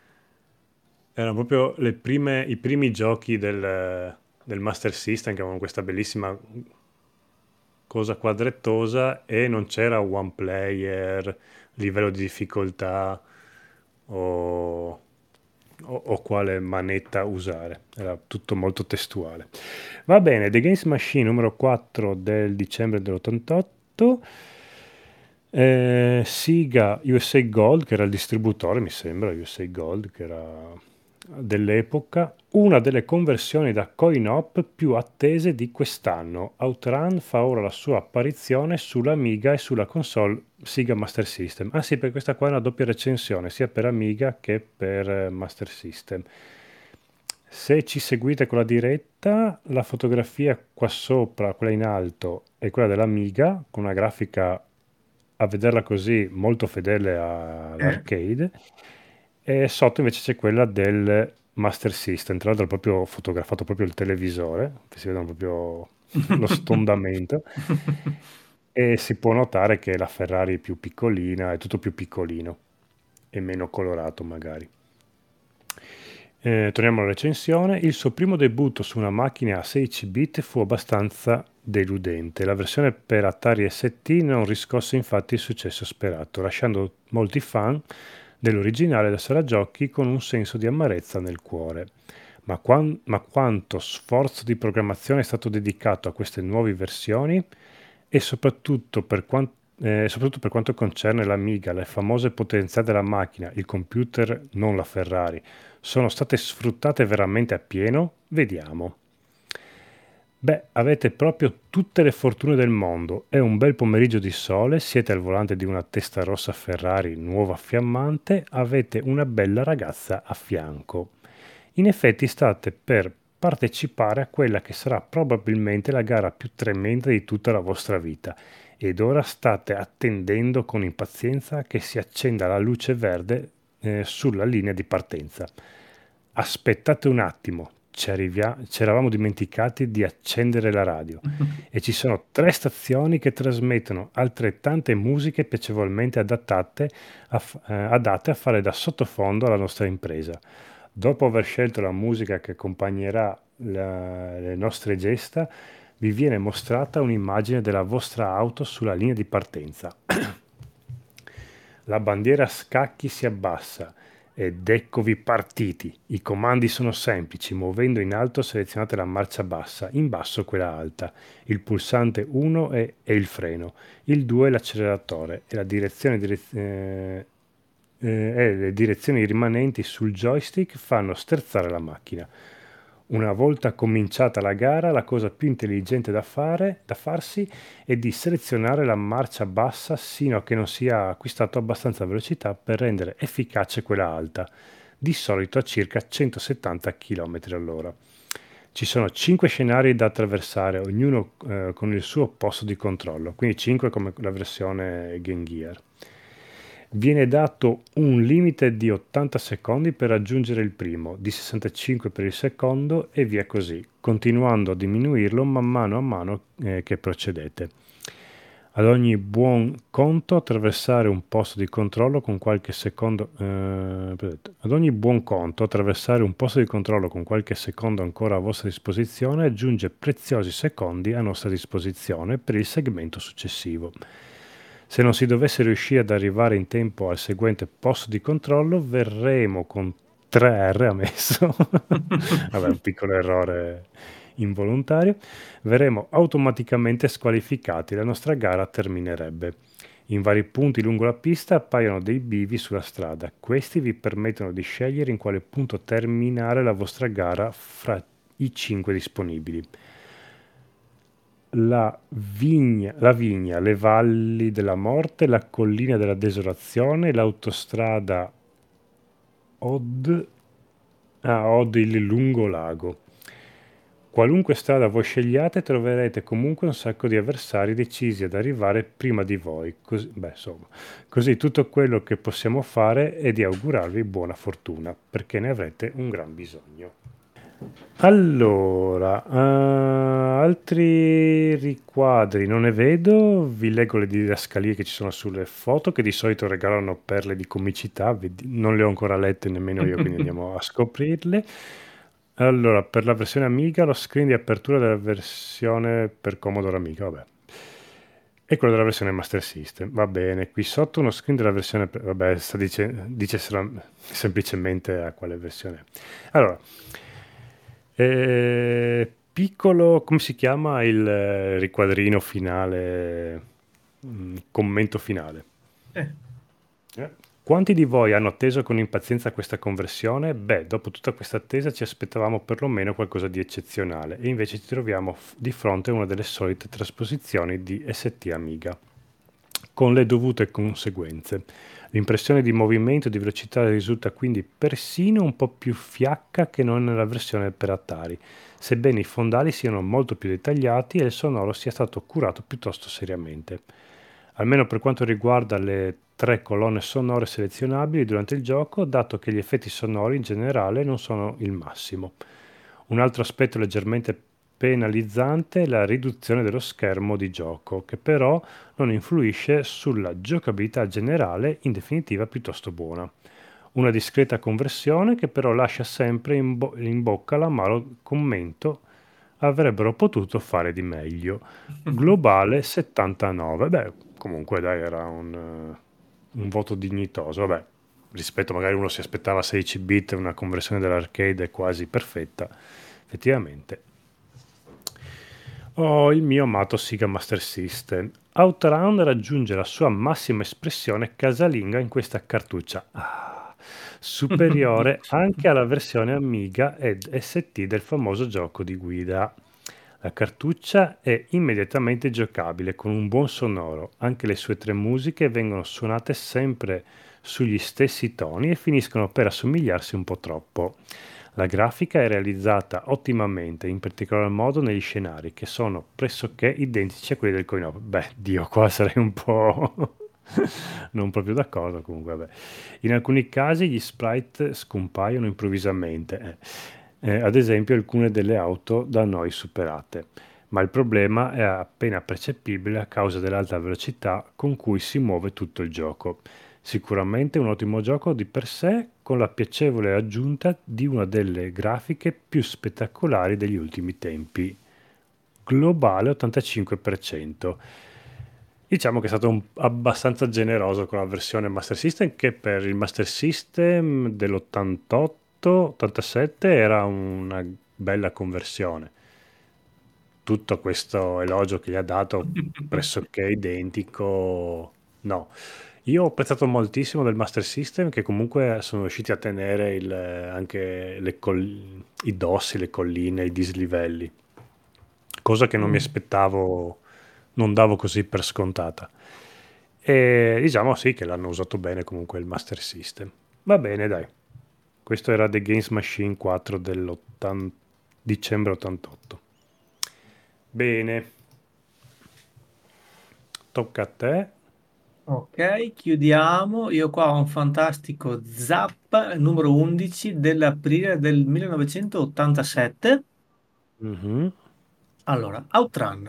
erano proprio i primi giochi del Master System che avevano questa bellissima cosa quadrettosa e non c'era one player, livello di difficoltà o, o quale manetta usare. Era tutto molto testuale. Va bene, The Games Machine numero 4 del dicembre dell'88. Sega USA Gold, che era il distributore, mi sembra, USA Gold, che era dell'epoca, una delle conversioni da coin-op più attese di quest'anno. Outrun fa ora la sua apparizione sull'Amiga e sulla console Sega Master System. Ah sì, per questa qua è una doppia recensione, sia per Amiga che per Master System. Se ci seguite con la diretta, la fotografia qua sopra, quella in alto, è quella dell'Amiga, con una grafica a vederla così molto fedele Eh. all'arcade, e sotto invece c'è quella del Master System, tra l'altro è proprio fotografato proprio il televisore, si vede proprio lo stondamento, e si può notare che la Ferrari è più piccolina, è tutto più piccolino e meno colorato magari. Torniamo alla recensione. Il suo primo debutto su una macchina a 16 bit fu abbastanza deludente. La versione per Atari ST non riscosse infatti il successo sperato, lasciando molti fan dell'originale da sala giochi con un senso di amarezza nel cuore. Ma quanto sforzo di programmazione è stato dedicato a queste nuove versioni e soprattutto soprattutto per quanto concerne l'Amiga, le famose potenzialità della macchina, il computer, non la Ferrari, sono state sfruttate veramente appieno? Vediamo. Beh, avete proprio tutte le fortune del mondo. È un bel pomeriggio di sole, siete al volante di una testa rossa Ferrari nuova fiammante, avete una bella ragazza a fianco. In effetti state per partecipare a quella che sarà probabilmente la gara più tremenda di tutta la vostra vita ed ora state attendendo con impazienza che si accenda la luce verde sulla linea di partenza. Aspettate un attimo, ci eravamo dimenticati di accendere la radio e ci sono 3 stazioni che trasmettono altrettante musiche piacevolmente adatte a fare da sottofondo alla nostra impresa. Dopo aver scelto la musica che accompagnerà le nostre gesta, vi viene mostrata un'immagine della vostra auto sulla linea di partenza. La bandiera a scacchi si abbassa ed eccovi partiti. I comandi sono semplici, muovendo in alto selezionate la marcia bassa, in basso quella alta. Il pulsante 1 è il freno, il 2 è l'acceleratore e le direzioni rimanenti sul joystick fanno sterzare la macchina. Una volta cominciata la gara, la cosa più intelligente da farsi è di selezionare la marcia bassa sino a che non si ha acquistato abbastanza velocità per rendere efficace quella alta, di solito a circa 170 km all'ora. Ci sono 5 scenari da attraversare, ognuno con il suo posto di controllo, quindi 5 come la versione Game Gear. Viene dato un limite di 80 secondi per raggiungere il primo, di 65 per il secondo e via così, continuando a diminuirlo man mano che procedete. Ad ogni buon conto attraversare un posto di controllo con qualche secondo ancora a vostra disposizione aggiunge preziosi secondi a nostra disposizione per il segmento successivo. Se non si dovesse riuscire ad arrivare in tempo al seguente posto di controllo, verremo con 3R ammesso, vabbè, un piccolo errore involontario, verremo automaticamente squalificati, la nostra gara terminerebbe. In vari punti lungo la pista appaiono dei bivi sulla strada. Questi vi permettono di scegliere in quale punto terminare la vostra gara fra i 5 disponibili. La vigna, le valli della morte, la collina della desolazione, l'autostrada Od, il lungo lago. Qualunque strada voi scegliate troverete comunque un sacco di avversari decisi ad arrivare prima di voi. Così tutto quello che possiamo fare è di augurarvi buona fortuna, perché ne avrete un gran bisogno. Allora, altri riquadri non ne vedo, vi leggo le didascalie che ci sono sulle foto, che di solito regalano perle di comicità, non le ho ancora lette nemmeno io, quindi andiamo a scoprirle. Allora, per la versione Amiga, lo screen di apertura della versione per Commodore Amiga, vabbè. E quello della versione Master System, va bene. Qui sotto uno screen della versione, vabbè, dice semplicemente a quale versione. Allora, piccolo, come si chiama il riquadrino finale, commento finale? Quanti di voi hanno atteso con impazienza questa conversione? Beh, dopo tutta questa attesa ci aspettavamo perlomeno qualcosa di eccezionale e invece ci troviamo di fronte a una delle solite trasposizioni di ST Amiga, con le dovute conseguenze. L'impressione di movimento e di velocità risulta quindi persino un po' più fiacca che non nella versione per Atari, sebbene i fondali siano molto più dettagliati e il sonoro sia stato curato piuttosto seriamente. Almeno per quanto riguarda le 3 colonne sonore selezionabili durante il gioco, dato che gli effetti sonori in generale non sono il massimo. Un altro aspetto leggermente penalizzante è la riduzione dello schermo di gioco, che però non influisce sulla giocabilità generale, in definitiva piuttosto buona. Una discreta conversione che però lascia sempre in bocca l'amaro commento: avrebbero potuto fare di meglio. Globale 79. Beh, comunque dai, era un voto dignitoso. Vabbè, rispetto magari uno si aspettava 16 bit, una conversione dell'arcade quasi perfetta, effettivamente. Il mio amato Sega Master System. Outrun raggiunge la sua massima espressione casalinga in questa cartuccia, superiore anche alla versione Amiga ed ST del famoso gioco di guida. La cartuccia è immediatamente giocabile con un buon sonoro, anche le sue 3 musiche vengono suonate sempre sugli stessi toni e finiscono per assomigliarsi un po' troppo. La grafica è realizzata ottimamente, in particolar modo negli scenari, che sono pressoché identici a quelli del coin-op. Beh, Dio, qua sarei un po' non proprio d'accordo, comunque, vabbè. In alcuni casi gli sprite scompaiono improvvisamente, ad esempio alcune delle auto da noi superate, ma il problema è appena percettibile a causa dell'alta velocità con cui si muove tutto il gioco. Sicuramente un ottimo gioco di per sé, con la piacevole aggiunta di una delle grafiche più spettacolari degli ultimi tempi. Globale 85%. Diciamo che è stato abbastanza generoso con la versione Master System, che per il Master System dell'88-87 era una bella conversione. Tutto questo elogio che gli ha dato pressoché identico, no. Io ho apprezzato moltissimo del Master System che comunque sono riusciti a tenere anche i dossi, le colline, i dislivelli, cosa che non mi aspettavo, non davo così per scontata. E diciamo sì che l'hanno usato bene comunque il Master System. Va bene, dai. Questo era The Games Machine 4 dicembre 88. Bene. Tocca a te. Ok, chiudiamo. Io qua ho un fantastico Zap numero 11 dell'aprile del 1987. Mhm. Allora, Outrun.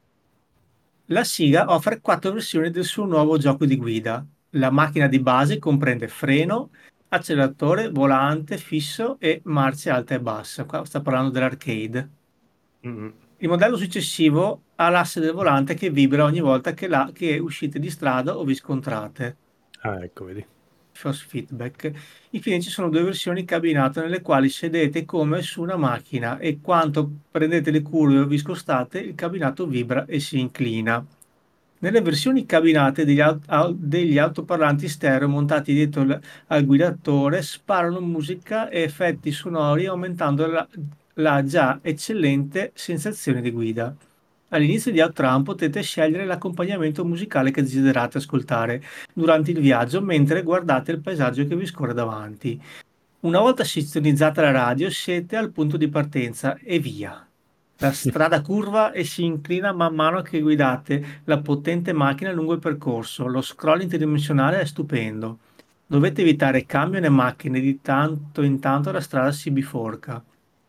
La Siga offre 4 versioni del suo nuovo gioco di guida. La macchina di base comprende freno, acceleratore, volante fisso e marce alta e bassa. Qua sta parlando dell'arcade. Mhm. Il modello successivo ha l'asse del volante che vibra ogni volta che uscite di strada o vi scontrate. Ah, ecco, vedi. Force feedback. Infine ci sono 2 versioni cabinato nelle quali sedete come su una macchina e quando prendete le curve o vi scostate il cabinato vibra e si inclina. Nelle versioni cabinate degli altoparlanti stereo montati dietro al guidatore sparano musica e effetti sonori aumentando la già eccellente sensazione di guida. All'inizio di Outrun potete scegliere l'accompagnamento musicale che desiderate ascoltare durante il viaggio mentre guardate il paesaggio che vi scorre davanti. Una volta sintonizzata la radio, siete al punto di partenza e via. La strada curva e si inclina man mano che guidate la potente macchina lungo il percorso. Lo scrolling tridimensionale è stupendo. Dovete evitare camion e macchine, di tanto in tanto la strada si biforca.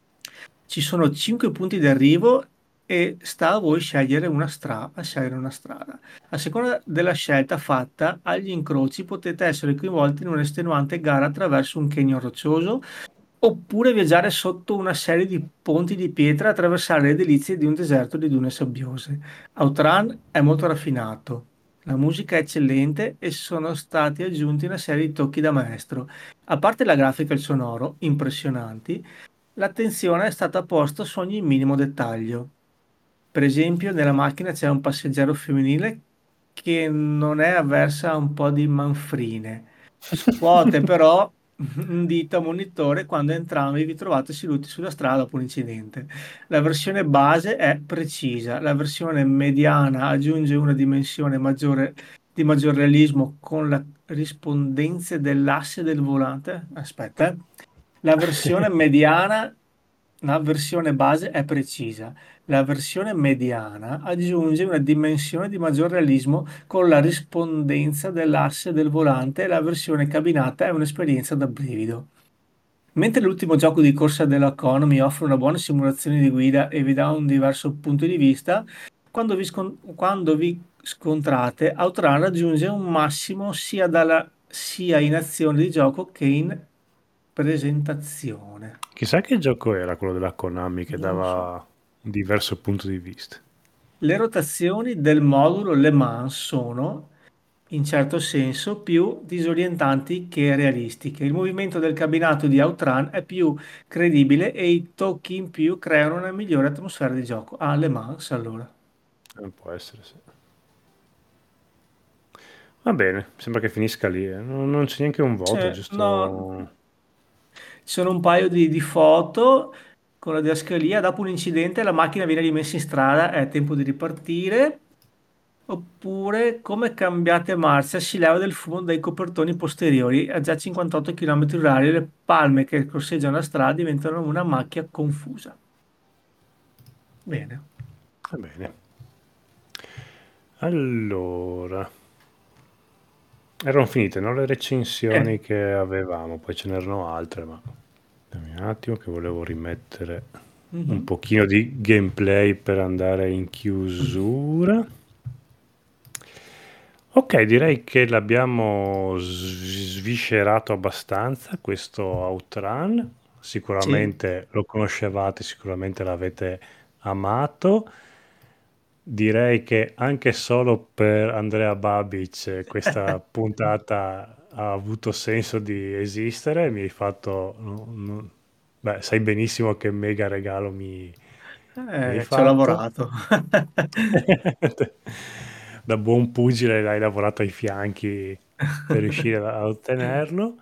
Ci sono 5 punti di arrivo e sta a voi scegliere scegliere una strada. A seconda della scelta fatta, agli incroci potete essere coinvolti in un'estenuante gara attraverso un canyon roccioso oppure viaggiare sotto una serie di ponti di pietra e attraversare le delizie di un deserto di dune sabbiose. Outrun è molto raffinato, la musica è eccellente e sono stati aggiunti una serie di tocchi da maestro. A parte la grafica e il sonoro, impressionanti, l'attenzione è stata posta su ogni minimo dettaglio. Per esempio, nella macchina c'è un passeggero femminile che non è avversa a un po' di manfrine. Scuote però un dito a monitore quando entrambi vi trovate seduti sulla strada dopo un incidente. La versione base è precisa, la versione mediana aggiunge una dimensione maggiore di maggior realismo con la rispondenza dell'asse del volante. Aspetta, La versione mediana, la versione base è precisa. La versione mediana aggiunge una dimensione di maggior realismo con la rispondenza dell'asse del volante e la versione cabinata è un'esperienza da brivido. Mentre l'ultimo gioco di corsa della Konami offre una buona simulazione di guida e vi dà un diverso punto di vista, quando vi scontrate, Outrun raggiunge un massimo sia in azione di gioco che in presentazione. Chissà che gioco era quello della Konami che Non lo so. dava un diverso punto di vista. Le rotazioni del modulo Le Mans sono, in certo senso, più disorientanti che realistiche. Il movimento del cabinato di Outrun è più credibile e i tocchi in più creano una migliore atmosfera di gioco. Ah, Le Mans, allora. Può essere, sì. Va bene, sembra che finisca lì. Non c'è neanche un voto, No, giusto? ci sono un paio di foto con la didascalia. Dopo un incidente la macchina viene rimessa in strada, è tempo di ripartire. Oppure come cambiate marcia si leva del fumo dai copertoni posteriori a già 58 km orari, le palme che corseggiano la strada diventano una macchia confusa. Bene. Va bene. Allora, erano finite, no? Le recensioni che avevamo, poi ce n'erano altre, ma dammi un attimo che volevo rimettere un Mhm. pochino di gameplay per andare in chiusura. Ok, direi che l'abbiamo sviscerato abbastanza questo Outrun. Sì. Sicuramente lo conoscevate, sicuramente l'avete amato. Direi che anche solo per Andrea Babic questa puntata ha avuto senso di esistere. Mi hai fatto... Beh, sai benissimo che mega regalo mi hai Ci ho fatto. lavorato. Da buon pugile hai lavorato ai fianchi per riuscire a ottenerlo.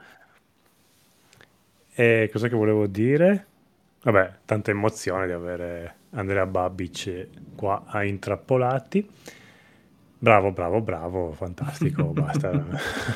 E cosa che volevo dire? Vabbè, tanta emozione di avere Andrea Babic qua a Intrappolati. Bravo, bravo, bravo, fantastico, basta.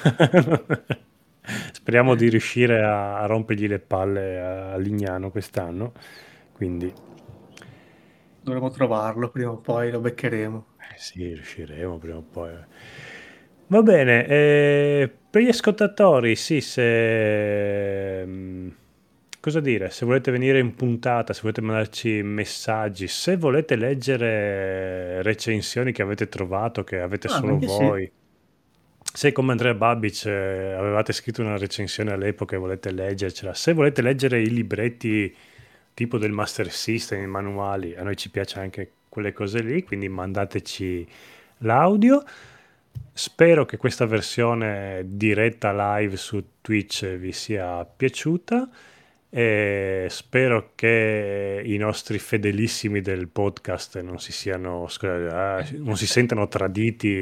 Speriamo di riuscire a rompergli le palle a Lignano quest'anno. Quindi Dovremmo trovarlo prima o poi, lo beccheremo. sì, riusciremo prima o poi. Va bene, per gli ascoltatori, sì, se... cosa dire? Se volete venire in puntata, se volete mandarci messaggi, se volete leggere recensioni che avete trovato, che avete Ah, solo anche sì. voi, se come Andrea Babic avevate scritto una recensione all'epoca e volete leggercela, se volete leggere i libretti tipo del Master System, i manuali, a noi ci piace anche quelle cose lì, quindi mandateci l'audio. Spero che questa versione diretta live su Twitch vi sia piaciuta e spero che i nostri fedelissimi del podcast non si siano, non si sentano traditi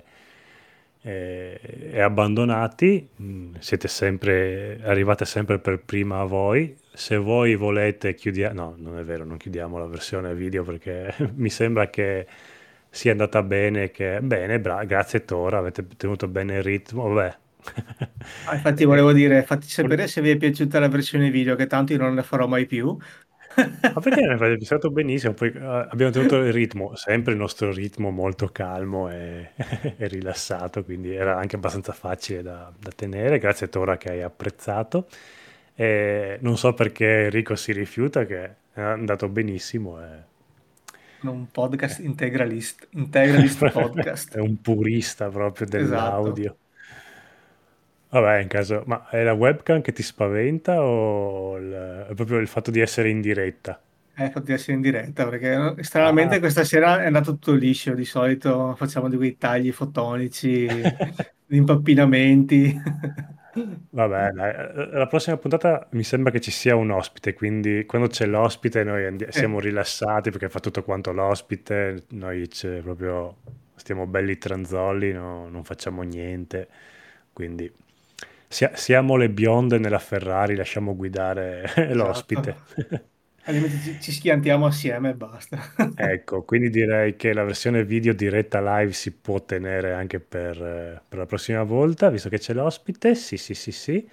e abbandonati. Siete sempre, arrivate sempre per prima a voi. Se voi volete chiudiamo, no, non è vero, non chiudiamo la versione video perché mi sembra che sia andata bene, che bene, grazie Tora, avete tenuto bene il ritmo, vabbè. Ah, infatti Eh, volevo dire, fatti sapere se vi è piaciuta la versione video, che tanto io non ne farò mai più. Ma perché ne avete pensato benissimo? Poi abbiamo tenuto il ritmo, sempre il nostro ritmo molto calmo e, e rilassato, quindi era anche abbastanza facile da tenere. Grazie Tora che hai apprezzato. E non so perché Enrico si rifiuta, che è andato benissimo. Un podcast integralist È podcast. un purista proprio Esatto. dell'audio. Vabbè, in caso, ma è la webcam che ti spaventa o è proprio il fatto di essere in diretta? Ecco, essere in diretta, perché Ah, stranamente questa sera è andato tutto liscio. Di solito facciamo di quei tagli fotonici, di impappinamenti. vabbè, dai, la prossima puntata mi sembra che ci sia un ospite, quindi quando c'è l'ospite noi siamo rilassati perché fa tutto quanto l'ospite, noi proprio stiamo belli tranzolli, non facciamo niente, quindi siamo le bionde nella Ferrari, lasciamo guidare Esatto. l'ospite. Al limite ci schiantiamo assieme e basta. Ecco, quindi direi che la versione video diretta live si può tenere anche per la prossima volta, visto che c'è l'ospite. Sì, sì, sì, sì.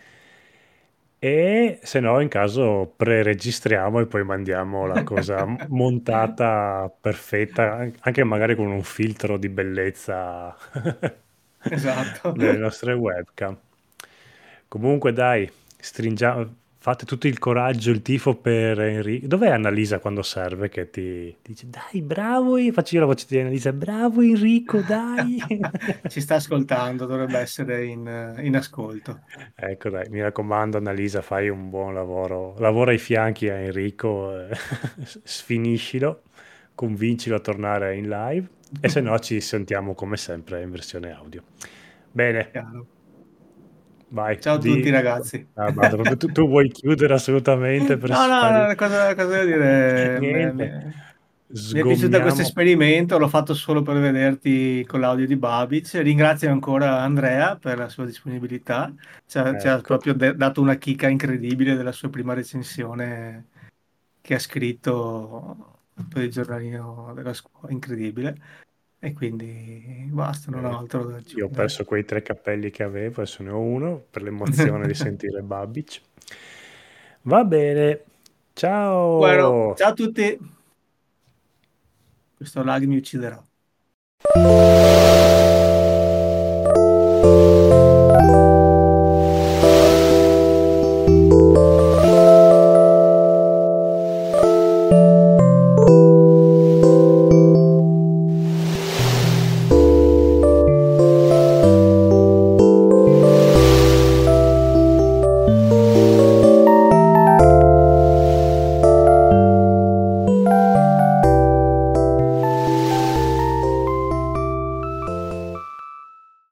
E se no, in caso pre-registriamo e poi mandiamo la cosa montata perfetta, anche magari con un filtro di bellezza Esatto. delle nostre webcam. Comunque, dai, stringiamo, fate tutto il coraggio, il tifo per Enrico. Dov'è Annalisa quando serve che ti dice dai, bravo, faccio io la voce di Annalisa, bravo Enrico, dai. Ci sta ascoltando, dovrebbe essere in ascolto. Ecco, dai, mi raccomando, Annalisa, fai un buon lavoro. Lavora ai fianchi a Enrico, sfiniscilo, convincilo a tornare in live e se no ci sentiamo come sempre in versione audio. Bene, Chiaro. vai, Ciao a tutti ragazzi. basta, proprio tu vuoi chiudere assolutamente per No, no, sparire. no, cosa devo dire? Niente. Mi è piaciuto questo sgommiamo. esperimento, l'ho fatto solo per vederti con l'audio di Babic. Ringrazio ancora Andrea per la sua disponibilità. Ci ha Ecco, proprio dato una chicca incredibile della sua prima recensione che ha scritto per il giornalino della scuola, incredibile. E quindi basta, non ho altro da io ho aggiungere. perso quei 3 capelli che avevo, adesso ne ho uno per l'emozione di sentire Babic. Va bene, Bueno, ciao! ciao a tutti. Questo lag mi ucciderà.